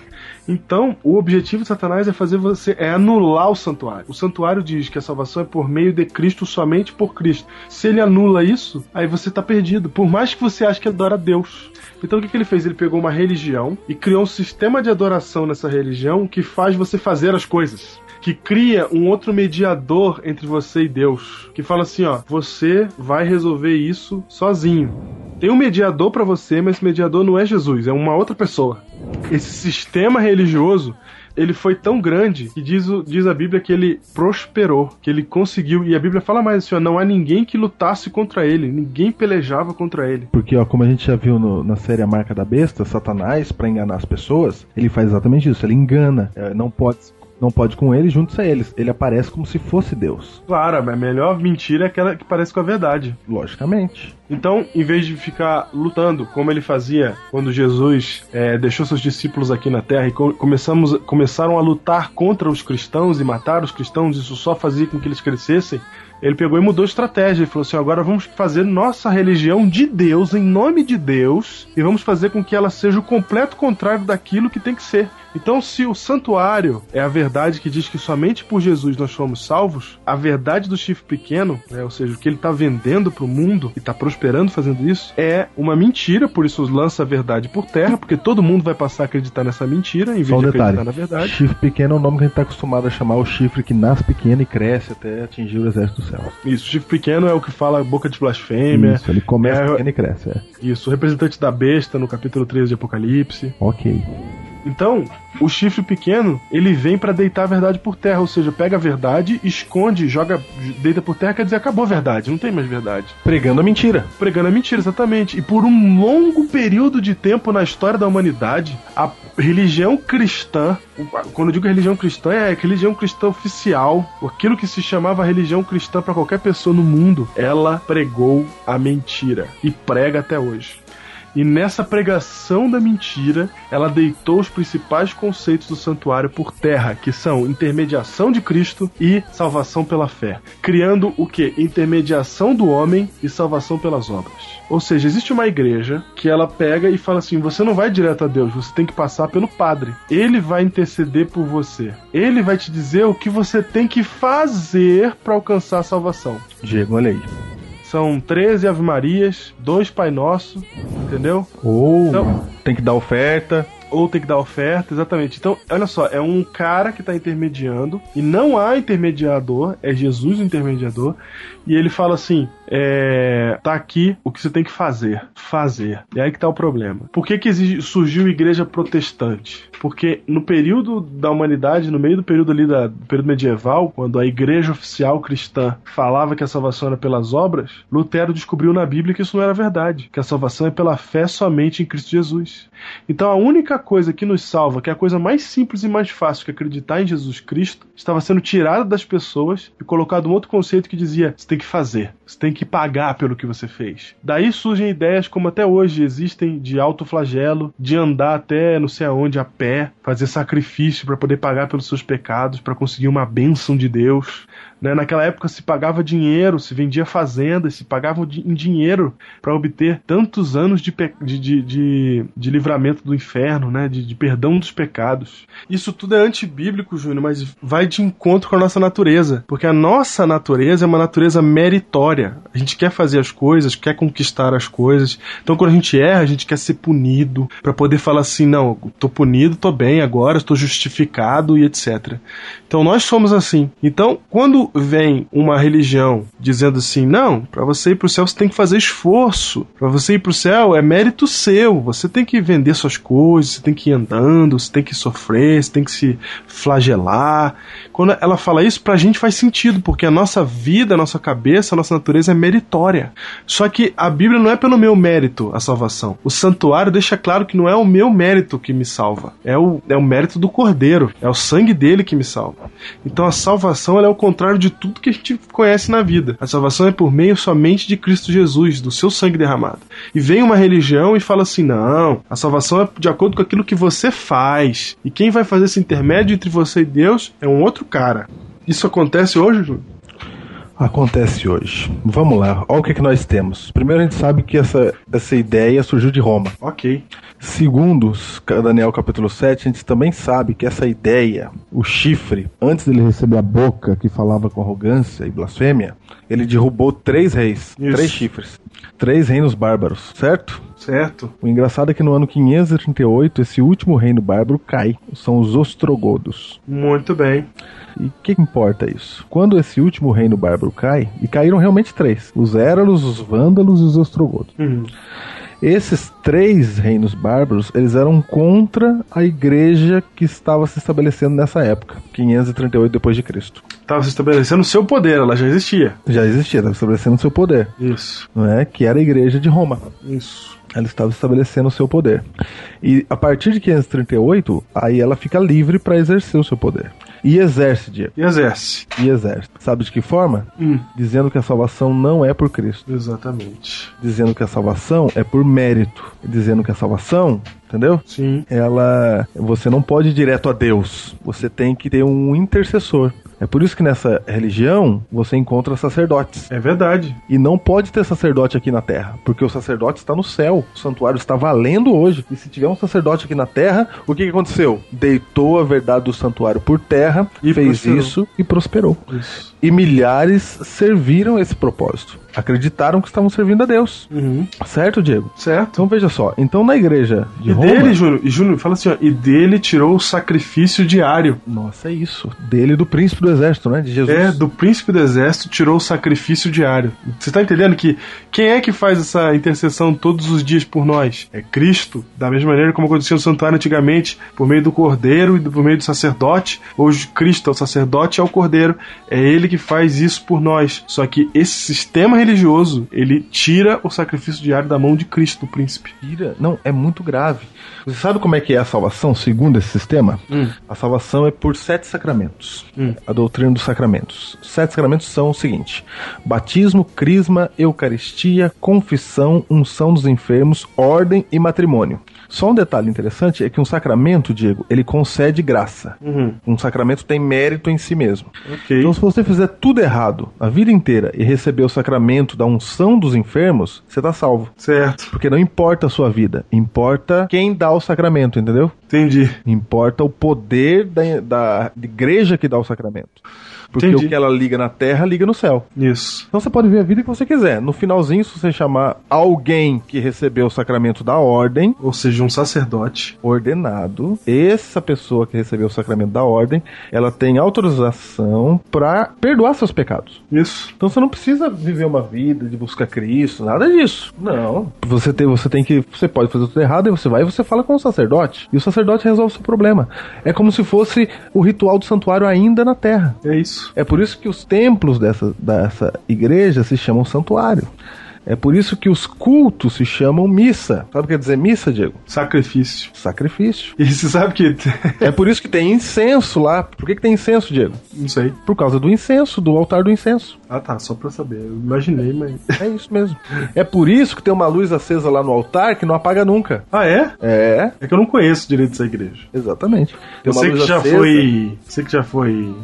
Então, o objetivo de Satanás é anular o santuário. O santuário diz que a salvação é por meio de Cristo, somente por Cristo. Se ele anula isso, aí você tá perdido. Por mais que você ache que adora a Deus. Então o que ele fez? Ele pegou uma religião e criou um sistema de adoração nessa religião que faz você fazer as coisas. Que cria um outro mediador entre você e Deus. Que fala assim, ó, você vai resolver isso sozinho. Tem um mediador pra você, mas esse mediador não é Jesus, é uma outra pessoa. Esse sistema religioso, ele foi tão grande que diz a Bíblia que ele prosperou, que ele conseguiu. E a Bíblia fala mais assim, ó, não há ninguém que lutasse contra ele, ninguém pelejava contra ele. Porque, ó, como a gente já viu na série A Marca da Besta, Satanás, pra enganar as pessoas, ele faz exatamente isso, ele engana, não pode com ele, juntos a eles. Ele aparece como se fosse Deus. Claro, a melhor mentira é aquela que parece com a verdade. Logicamente. Então, em vez de ficar lutando, como ele fazia quando Jesus deixou seus discípulos aqui na Terra e começaram a lutar contra os cristãos e matar os cristãos, isso só fazia com que eles crescessem, ele pegou e mudou a estratégia. Ele falou assim, agora vamos fazer nossa religião de Deus, em nome de Deus, e vamos fazer com que ela seja o completo contrário daquilo que tem que ser. Então, se o santuário é a verdade que diz que somente por Jesus nós fomos salvos, a verdade do chifre pequeno, ou seja, o que ele está vendendo para o mundo e está prosperando fazendo isso, é uma mentira, por isso lança a verdade por terra, porque todo mundo vai passar a acreditar nessa mentira, em vez de acreditar na verdade. Chifre pequeno é o nome que a gente está acostumado a chamar o chifre que nasce pequeno e cresce até atingir o exército do céu. Isso, o chifre pequeno é o que fala boca de blasfêmia. Isso, ele começa pequeno e cresce. Isso, o representante da besta no capítulo 13 de Apocalipse. Ok. Então, o chifre pequeno, ele vem pra deitar a verdade por terra, ou seja, pega a verdade, esconde, deita por terra, quer dizer, acabou a verdade, não tem mais verdade. Pregando a mentira. Pregando a mentira, exatamente. E por um longo período de tempo na história da humanidade, a religião cristã, quando eu digo religião cristã, é a religião cristã oficial, aquilo que se chamava religião cristã pra qualquer pessoa no mundo, ela pregou a mentira e prega até hoje. E nessa pregação da mentira, ela deitou os principais conceitos do santuário por terra, que são intermediação de Cristo e salvação pela fé. Criando o quê? Intermediação do homem e salvação pelas obras. Ou seja, existe uma igreja que ela pega e fala assim, você não vai direto a Deus, você tem que passar pelo padre. Ele vai interceder por você. Ele vai te dizer o que você tem que fazer para alcançar a salvação. Diego, olha aí. São 13 Ave Marias, 2 Pai Nosso, entendeu? Então, tem que dar oferta. Ou tem que dar oferta, exatamente. Então, olha só, é um cara que está intermediando, e não há intermediador, é Jesus o intermediador, e ele fala assim, tá aqui o que você tem que fazer. E aí que tá o problema. Por que surgiu a igreja protestante? Porque no período da humanidade, no meio do período ali do período medieval, quando a igreja oficial cristã falava que a salvação era pelas obras, Lutero descobriu na Bíblia que isso não era verdade, que a salvação é pela fé somente em Cristo Jesus. Então a única coisa que nos salva, que é a coisa mais simples e mais fácil que acreditar em Jesus Cristo, estava sendo tirada das pessoas e colocado um outro conceito que dizia, você tem que fazer, você tem que pagar pelo que você fez. Daí surgem ideias como até hoje existem de autoflagelo, de andar até não sei aonde a pé, fazer sacrifício para poder pagar pelos seus pecados, para conseguir uma bênção de Deus. Naquela época se pagava dinheiro, se vendia fazendas, se pagavam em dinheiro para obter tantos anos de livramento do inferno, de perdão dos pecados. Isso tudo é antibíblico, Júnior, mas vai de encontro com a nossa natureza, porque a nossa natureza é uma natureza meritória. A gente quer fazer as coisas, quer conquistar as coisas. Então quando a gente erra, a gente quer ser punido, para poder falar assim, não, tô punido, tô bem agora, estou justificado e etc. Então nós somos assim. Então quando vem uma religião dizendo assim, não, para você ir pro céu você tem que fazer esforço, para você ir pro céu é mérito seu, você tem que vender suas coisas, você tem que ir andando, você tem que sofrer, você tem que se flagelar. Quando ela fala isso, pra gente faz sentido, porque a nossa vida, a nossa cabeça, a nossa natureza é meritória. Só que a Bíblia não é pelo meu mérito a salvação. O santuário deixa claro que não é o meu mérito que me salva, é o mérito do Cordeiro, é o sangue dele que me salva. Então a salvação ela é o contrário de tudo que a gente conhece na vida. A salvação é por meio somente de Cristo Jesus, do seu sangue derramado. E vem uma religião e fala assim, não, a salvação é de acordo com aquilo que você faz. E quem vai fazer esse intermédio entre você e Deus é um outro cara. Isso acontece hoje, Júlio? Acontece hoje. Vamos lá, olha o que nós temos. Primeiro a gente sabe que essa ideia surgiu de Roma. Ok. Segundo Daniel capítulo 7, a gente também sabe que essa ideia, o chifre, antes dele receber a boca que falava com arrogância e blasfêmia, ele derrubou 3 reis, 3 chifres, 3 reinos bárbaros, certo? Certo. O engraçado é que no ano 538, esse último reino bárbaro cai. São os ostrogodos. Muito bem. E o que importa isso? Quando esse último reino bárbaro cai, e caíram realmente 3, os Éralos, os Vândalos e os ostrogodos. Esses 3 reinos bárbaros, eles eram contra a igreja que estava se estabelecendo nessa época, 538 depois de Cristo. estava se estabelecendo o seu poder, ela já existia. Já existia, estava estabelecendo o seu poder. Isso. Não é? Que era a igreja de Roma. Isso. Ela estava estabelecendo o seu poder. E a partir de 538, aí ela fica livre para exercer o seu poder. E exerce, Diego. E exerce. Sabe de que forma? Dizendo que a salvação não é por Cristo. Exatamente. Dizendo que a salvação é por mérito. Dizendo que a salvação, entendeu? Sim. Você não pode ir direto a Deus. Você tem que ter um intercessor. É por isso que nessa religião você encontra sacerdotes. É verdade. E não pode ter sacerdote aqui na Terra, porque o sacerdote está no céu. O santuário está valendo hoje. E se tiver um sacerdote aqui na Terra, o que aconteceu? Deitou a verdade do santuário por terra, e fez prosperou. Isso e prosperou. Isso. E milhares serviram esse propósito. Acreditaram que estavam servindo a Deus. Certo, Diego? Certo. Então veja só. Então na igreja de Roma... dele, Júnior, fala assim, ó. E dele tirou o sacrifício diário. Nossa, é isso. Dele, do príncipe do exército, né? De Jesus. Do príncipe do exército tirou o sacrifício diário. Você tá entendendo que quem é que faz essa intercessão todos os dias por nós? É Cristo. Da mesma maneira como acontecia no santuário antigamente, por meio do cordeiro e por meio do sacerdote. Hoje Cristo é o sacerdote e é o cordeiro. É ele que faz isso por nós. Só que esse sistema religioso, ele tira o sacrifício diário da mão de Cristo, o príncipe. Tira? Não, é muito grave. Você sabe como é que é a salvação, segundo esse sistema? A salvação é por 7 sacramentos. A doutrina dos sacramentos. 7 sacramentos são o seguinte: batismo, crisma, eucaristia, confissão, unção dos enfermos, ordem e matrimônio. Só um detalhe interessante é que um sacramento, Diego, ele concede graça. Um sacramento tem mérito em si mesmo. Okay. Então se você fizer tudo errado a vida inteira e receber o sacramento da unção dos enfermos, você tá salvo. Certo. Porque não importa a sua vida, importa quem dá o sacramento, entendeu? Entendi. Importa o poder da igreja que dá o sacramento. Porque Entendi. O que ela liga na terra, liga no céu. Isso. Então você pode ver a vida que você quiser. No finalzinho, se você chamar alguém que recebeu o sacramento da ordem, ou seja, um sacerdote ordenado, essa pessoa que recebeu o sacramento da ordem, ela tem autorização para perdoar seus pecados. Isso. Então você não precisa viver uma vida de buscar Cristo, nada disso. Não. Você pode fazer tudo errado, e você vai e você fala com o sacerdote. E o sacerdote resolve o seu problema. É como se fosse o ritual do santuário ainda na terra. É isso. É por isso que os templos dessa igreja se chamam santuário. É por isso que os cultos se chamam missa. Sabe o que quer dizer missa, Diego? Sacrifício. Sacrifício. E você sabe que... É por isso que tem incenso lá. Por que tem incenso, Diego? Não sei. Por causa do incenso, do altar do incenso. Ah tá, só pra saber. Eu imaginei, mas... É isso mesmo. É por isso que tem uma luz acesa lá no altar que não apaga nunca. Ah, é? É. É que eu não conheço direito essa igreja. Exatamente. Eu sei que já foi...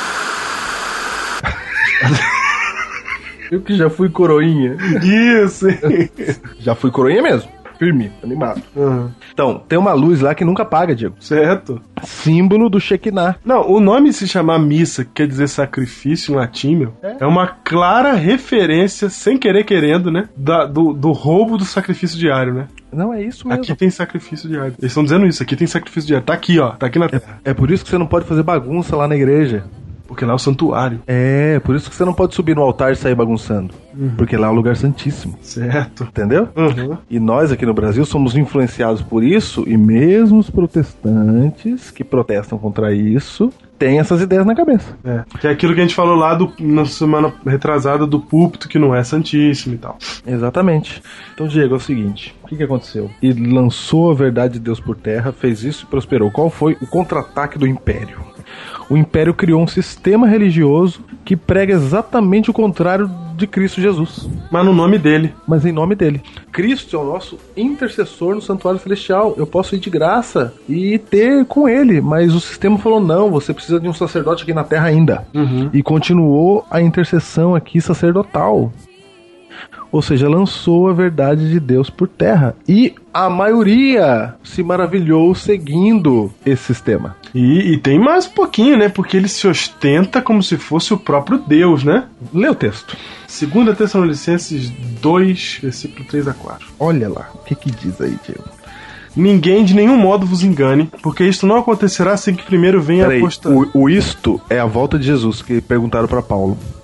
Eu que já fui coroinha. Isso. Já fui coroinha mesmo. Firme, animado. Então, tem uma luz lá que nunca apaga, Diego. Certo. Símbolo do Shekinah. Não, o nome se chamar missa, que quer dizer sacrifício em latim, meu, é uma clara referência, sem querer querendo, né, do roubo do sacrifício diário, né? Não, é isso mesmo. Aqui tem sacrifício diário. Eles estão dizendo isso, aqui tem sacrifício diário. Tá aqui, ó, tá aqui na terra. É por isso que você não pode fazer bagunça lá na igreja. Porque lá é o santuário. É, por isso que você não pode subir no altar e sair bagunçando. Porque lá é o lugar santíssimo. Certo. Entendeu? E nós aqui no Brasil somos influenciados por isso, e mesmo os protestantes que protestam contra isso têm essas ideias na cabeça. É, que é aquilo que a gente falou lá na semana retrasada do púlpito, que não é santíssimo e tal. Exatamente. Então, Diego, é o seguinte, o que aconteceu? Ele lançou a verdade de Deus por terra, fez isso e prosperou. Qual foi o contra-ataque do Império? O Império criou um sistema religioso que prega exatamente o contrário de Cristo Jesus. Mas no nome dele. Mas em nome dele. Cristo é o nosso intercessor no santuário celestial. Eu posso ir de graça e ter com ele. Mas o sistema falou, não, você precisa de um sacerdote aqui na terra ainda. E continuou a intercessão aqui sacerdotal. Ou seja, lançou a verdade de Deus por terra. E a maioria se maravilhou seguindo esse sistema. E tem mais um pouquinho, né? Porque ele se ostenta como se fosse o próprio Deus, né? Lê o texto. 2 Tessalonicenses 2, versículo 3 a 4. Olha lá, o que diz aí, Diego? Ninguém de nenhum modo vos engane, porque isto não acontecerá sem que primeiro venha a apostar. O isto é a volta de Jesus, que perguntaram para Paulo.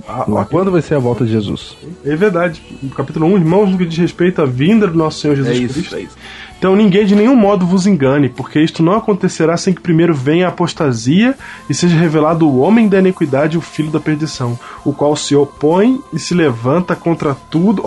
Quando vai ser a volta de Jesus? É verdade. No capítulo 1, irmãos, no que diz respeito à vinda do nosso Senhor Jesus Cristo. É isso. Então ninguém de nenhum modo vos engane, porque isto não acontecerá sem que primeiro venha a apostasia e seja revelado o homem da iniquidade, o filho da perdição, o qual se opõe e se levanta contra tudo,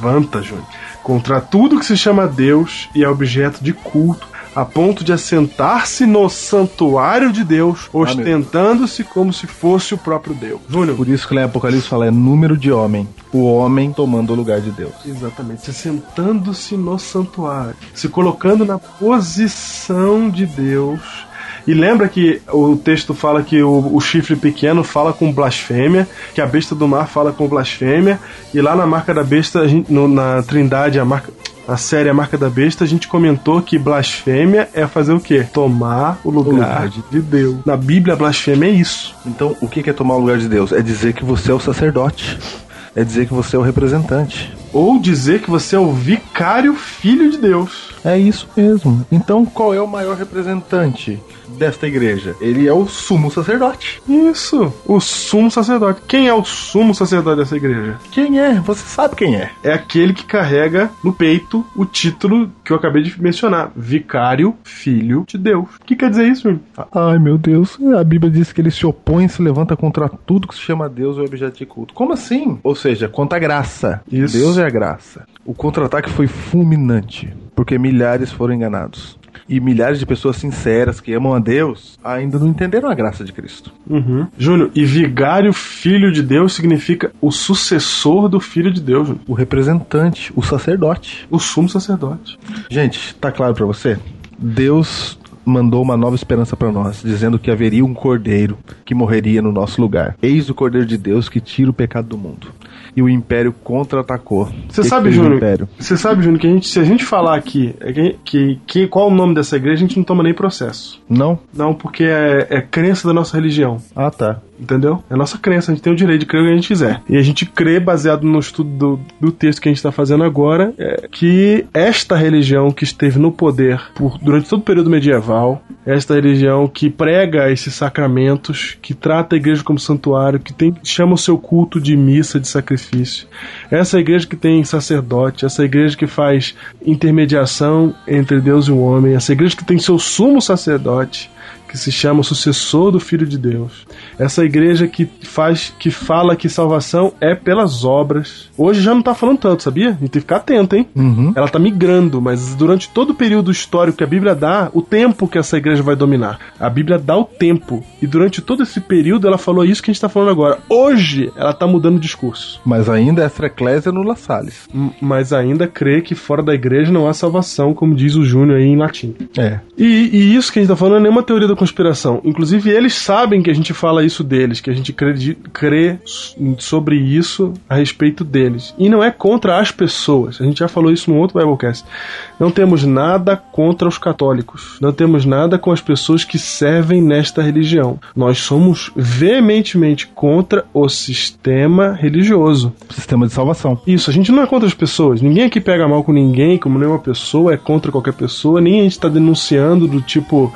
contra tudo que se chama Deus e é objeto de culto, a ponto de assentar-se no santuário de Deus, ostentando-se como se fosse o próprio Deus. Júnior. Por isso que lá em Apocalipse fala, é número de homem. O homem tomando o lugar de Deus. Exatamente, assentando-se no santuário, se colocando na posição de Deus. E lembra que o texto fala que o chifre pequeno fala com blasfêmia, que a besta do mar fala com blasfêmia, e lá na marca da besta, na Trindade, a série A Marca da Besta, a gente comentou que blasfêmia é fazer o quê? Tomar o lugar de Deus. Na Bíblia, a blasfêmia é isso. Então, o que é tomar o lugar de Deus? É dizer que você é o sacerdote. É dizer que você é o representante. Ou dizer que você é o vicário filho de Deus. É isso mesmo. Então, qual é o maior representante desta igreja? Ele é o sumo sacerdote. Isso, o sumo sacerdote. Quem é o sumo sacerdote dessa igreja? Quem é? Você sabe quem é. É aquele que carrega no peito o título que eu acabei de mencionar. Vicário filho de Deus. O que quer dizer isso, Júnior? Ai, meu Deus. A Bíblia diz que ele se opõe e se levanta contra tudo que se chama Deus ou objeto de culto. Como assim? Ou seja, contra a graça. Isso. Deus é a graça. O contra-ataque foi fulminante, porque milhares foram enganados. E milhares de pessoas sinceras que amam a Deus ainda não entenderam a graça de Cristo. Júnior, e vigário filho de Deus significa o sucessor do filho de Deus, Júnior. O representante, o sacerdote. O sumo sacerdote. Gente, tá claro pra você? Deus mandou uma nova esperança para nós, dizendo que haveria um cordeiro que morreria no nosso lugar. Eis o cordeiro de Deus que tira o pecado do mundo. E o império contra-atacou. Você sabe, Júnior, que se a gente falar aqui qual é o nome dessa igreja, a gente não toma nem processo. Não? Não, porque é crença da nossa religião. Ah, tá. Entendeu? É a nossa crença, a gente tem o direito de crer o que a gente quiser. E a gente crê, baseado no estudo do texto que a gente está fazendo agora, que esta religião que esteve no poder durante todo o período medieval, esta religião que prega esses sacramentos, que trata a igreja como santuário, que chama o seu culto de missa, de sacrifício, essa igreja que tem sacerdote, essa igreja que faz intermediação entre Deus e o homem, essa igreja que tem seu sumo sacerdote, que se chama o sucessor do Filho de Deus. Essa igreja que fala que salvação é pelas obras. Hoje já não tá falando tanto, sabia? A gente tem que ficar atento, hein? Ela tá migrando, mas durante todo o período histórico que a Bíblia dá, o tempo que essa igreja vai dominar. A Bíblia dá o tempo. E durante todo esse período ela falou isso que a gente tá falando agora. Hoje ela tá mudando o discurso. Mas ainda essa eclésia nulla sallis. Mas ainda crê que fora da igreja não há salvação, como diz o Júnior aí em latim. E isso que a gente tá falando não é nenhuma teoria da conspiração. Inclusive, eles sabem que a gente fala isso deles, que a gente crê sobre isso a respeito deles. E não é contra as pessoas. A gente já falou isso num outro Biblecast. Não temos nada contra os católicos. Não temos nada com as pessoas que servem nesta religião. Nós somos veementemente contra o sistema religioso. Sistema de salvação. Isso, a gente não é contra as pessoas. Ninguém aqui pega mal com ninguém, como nenhuma pessoa, é contra qualquer pessoa. Nem a gente está denunciando do tipo...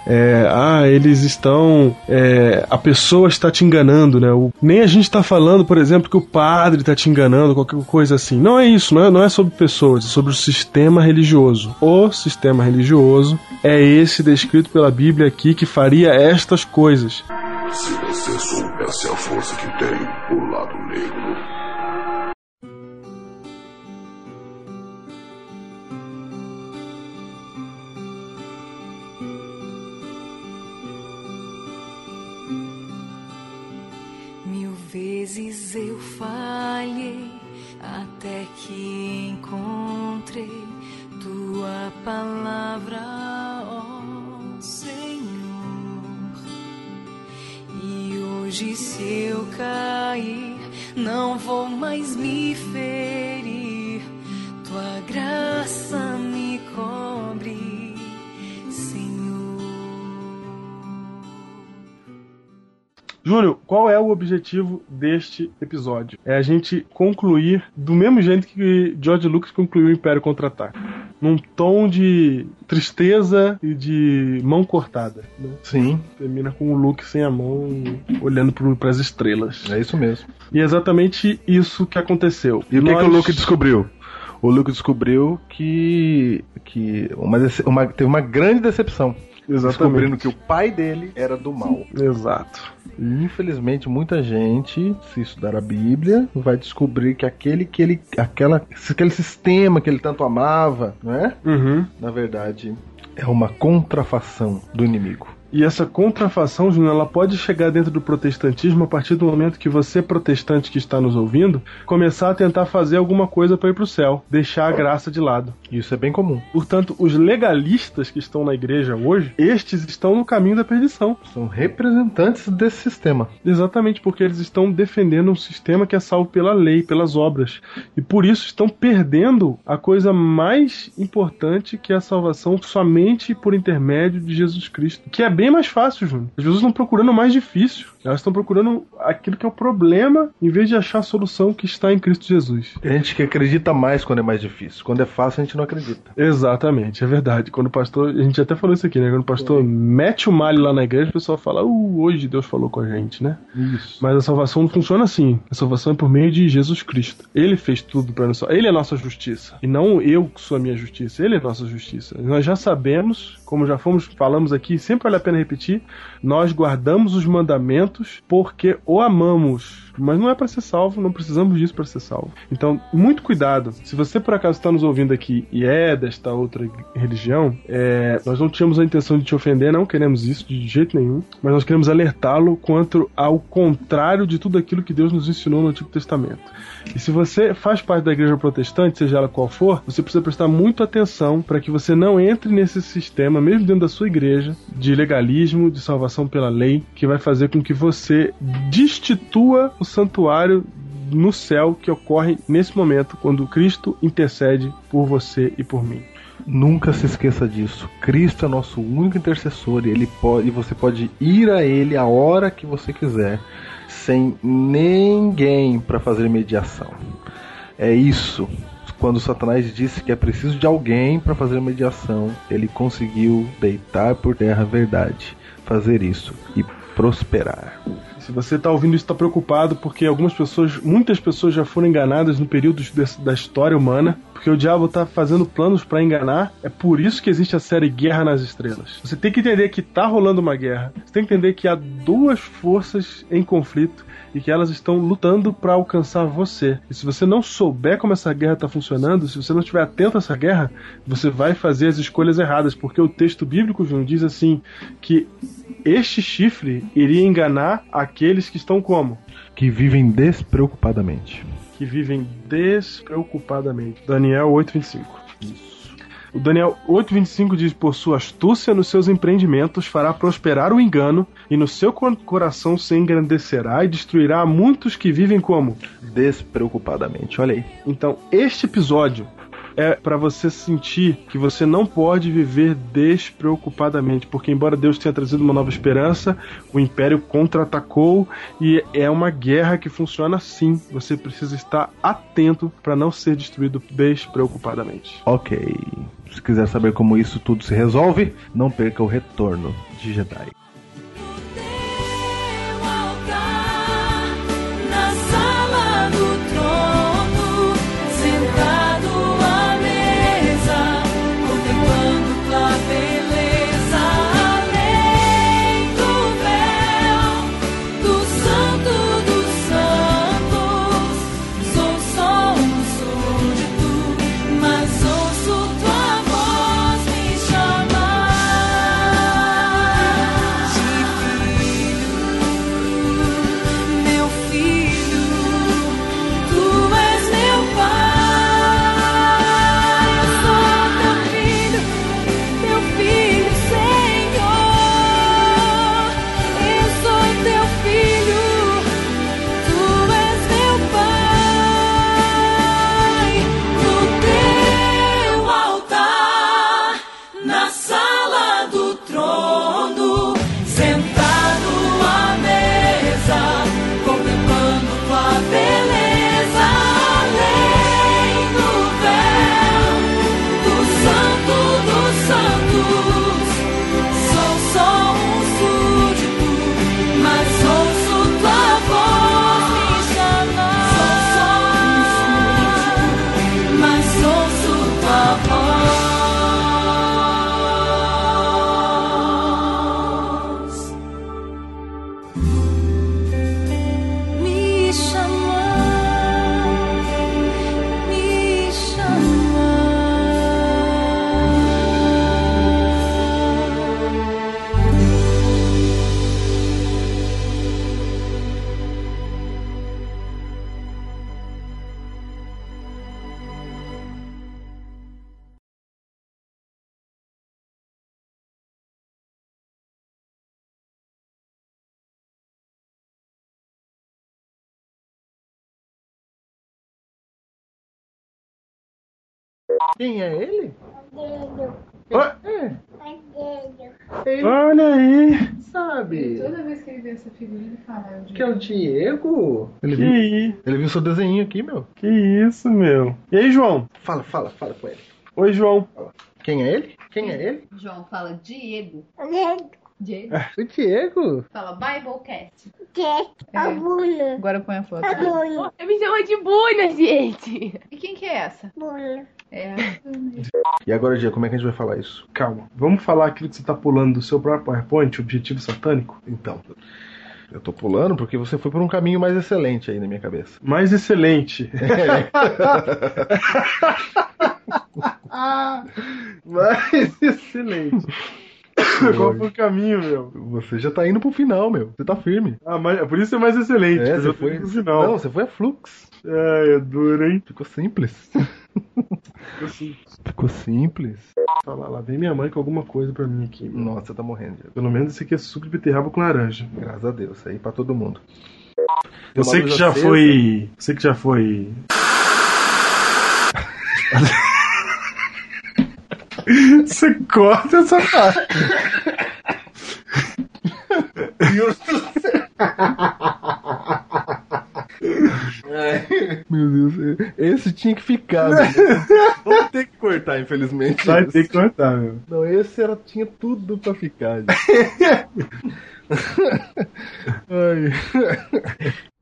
eles estão... a pessoa está te enganando, né? Nem a gente está falando, por exemplo, que o padre está te enganando, qualquer coisa assim. Não é isso, não é sobre pessoas, é sobre o sistema religioso. O sistema religioso é esse descrito pela Bíblia aqui que faria estas coisas. Se você soubesse a força que tem o lado negro... Vezes eu falhei até que encontrei tua palavra, ó Senhor. E hoje se eu cair, não vou mais me ferir. Tua graça me cobre, Senhor. Júnior, qual é o objetivo deste episódio? É a gente concluir do mesmo jeito que George Lucas concluiu o Império Contra-Ataca. num tom de tristeza e de mão cortada, né? Sim. Termina com o Luke sem a mão, olhando para as estrelas. É isso mesmo. E é exatamente isso que aconteceu. E o que o Luke descobriu? O Luke descobriu que teve uma grande decepção. Exatamente. Descobrindo que o pai dele era do mal. Exato. E infelizmente muita gente, se estudar a Bíblia, vai descobrir que aquele sistema que ele tanto amava, não é? Uhum. Na verdade, é uma contrafação do inimigo. E essa contrafação, Júnior, ela pode chegar dentro do protestantismo a partir do momento que você, protestante que está nos ouvindo, começar a tentar fazer alguma coisa para ir para o céu, deixar a graça de lado. Isso é bem comum. Portanto, os legalistas que estão na igreja hoje, estes estão no caminho da perdição. São representantes desse sistema. Exatamente, porque eles estão defendendo um sistema que é salvo pela lei, pelas obras. E por isso estão perdendo a coisa mais importante, que é a salvação somente por intermédio de Jesus Cristo. Que é bem mais fácil, Júnior. As pessoas estão procurando o mais difícil. Elas estão procurando aquilo que é o problema, em vez de achar a solução que está em Cristo Jesus. Tem gente que acredita mais quando é mais difícil. Quando é fácil, a gente não acredita. Exatamente, é verdade. Quando o pastor... A gente até falou isso aqui, né? Quando o pastor mete o malho lá na igreja, o pessoal fala, hoje Deus falou com a gente, né? Isso. Mas a salvação não funciona assim. A salvação é por meio de Jesus Cristo. Ele fez tudo para nós. Ele é a nossa justiça. E não eu que sou a minha justiça. Ele é a nossa justiça. Nós já sabemos, como já falamos aqui, sempre vale a pena repetir, nós guardamos os mandamentos porque o amamos. Mas não é para ser salvo, não precisamos disso para ser salvo. Então, muito cuidado. Se você por acaso está nos ouvindo aqui e é desta outra religião, nós não tínhamos a intenção de te ofender, não queremos isso de jeito nenhum, mas nós queremos alertá-lo quanto ao contrário de tudo aquilo que Deus nos ensinou no Antigo Testamento. E se você faz parte da igreja protestante, seja ela qual for, você precisa prestar muito atenção para que você não entre nesse sistema, mesmo dentro da sua igreja, de legalismo, de salvação pela lei, que vai fazer com que você destitua o santuário no céu que ocorre nesse momento, quando Cristo intercede por você e por mim. Nunca se esqueça disso. Cristo é nosso único intercessor e você pode ir a Ele a hora que você quiser, sem ninguém para fazer mediação. É isso. Quando Satanás disse que é preciso de alguém para fazer mediação, ele conseguiu deitar por terra a verdade, fazer isso e prosperar. Se você está ouvindo isso, está preocupado porque muitas pessoas já foram enganadas no período da história humana, porque o diabo está fazendo planos para enganar. É por isso que existe a série Guerra nas Estrelas. Você tem que entender que está rolando uma guerra. Você tem que entender que há duas forças em conflito e que elas estão lutando para alcançar você. E se você não souber como essa guerra está funcionando, se você não estiver atento a essa guerra, você vai fazer as escolhas erradas, porque o texto bíblico, João, diz assim, que este chifre iria enganar aqueles que estão como? Que vivem despreocupadamente. Que vivem despreocupadamente. Daniel 8:25. Isso. O Daniel 8:25 diz: por sua astúcia nos seus empreendimentos fará prosperar o engano, e no seu coração se engrandecerá e destruirá muitos que vivem como? Despreocupadamente. Olha aí. Então, este episódio é para você sentir que você não pode viver despreocupadamente, porque embora Deus tenha trazido uma nova esperança, o Império contra-atacou e é uma guerra que funciona assim. Você precisa estar atento para não ser destruído despreocupadamente. Ok. Se quiser saber como isso tudo se resolve, não perca o Retorno de Jedi. Quem é ele? Olha aí. Sabe? Toda vez que ele vê essa figura, ele fala: é o Diego. Que é o Diego? Ele viu seu desenho aqui, meu. Que isso, meu. E aí, João? Fala com ele. Oi, João. Quem é ele? Quem é ele? João fala Diego. Diego. O Diego? Fala Biblecast. A Buna. Agora põe a foto. A Buna. Eu me chamo de Buna, gente. E quem que é essa? Buna. É. E agora, Diego, como é que a gente vai falar isso? Calma. Vamos falar aquilo que você tá pulando do seu próprio PowerPoint, objetivo satânico? Então, eu tô pulando porque você foi por um caminho mais excelente aí na minha cabeça. Mais excelente. Mais excelente. Qual foi o caminho, meu? Você já tá indo pro final, meu. Você tá firme. Mas por isso é mais excelente. Você foi pro final. Não, você foi a Flux. É duro, hein? Ficou simples. Ficou simples. Fala lá, vem minha mãe com alguma coisa pra mim aqui. Meu. Nossa, tá morrendo, Diego. Pelo menos esse aqui é suco de beterraba com laranja. Graças a Deus, aí pra todo mundo. Você que já foi. Você que já foi. Você corta essa parte. Deus do céu. Meu Deus, esse tinha que ficar. Vamos ter que cortar, infelizmente. Vai ter que cortar, meu. Não, esse tinha tudo pra ficar. Ai.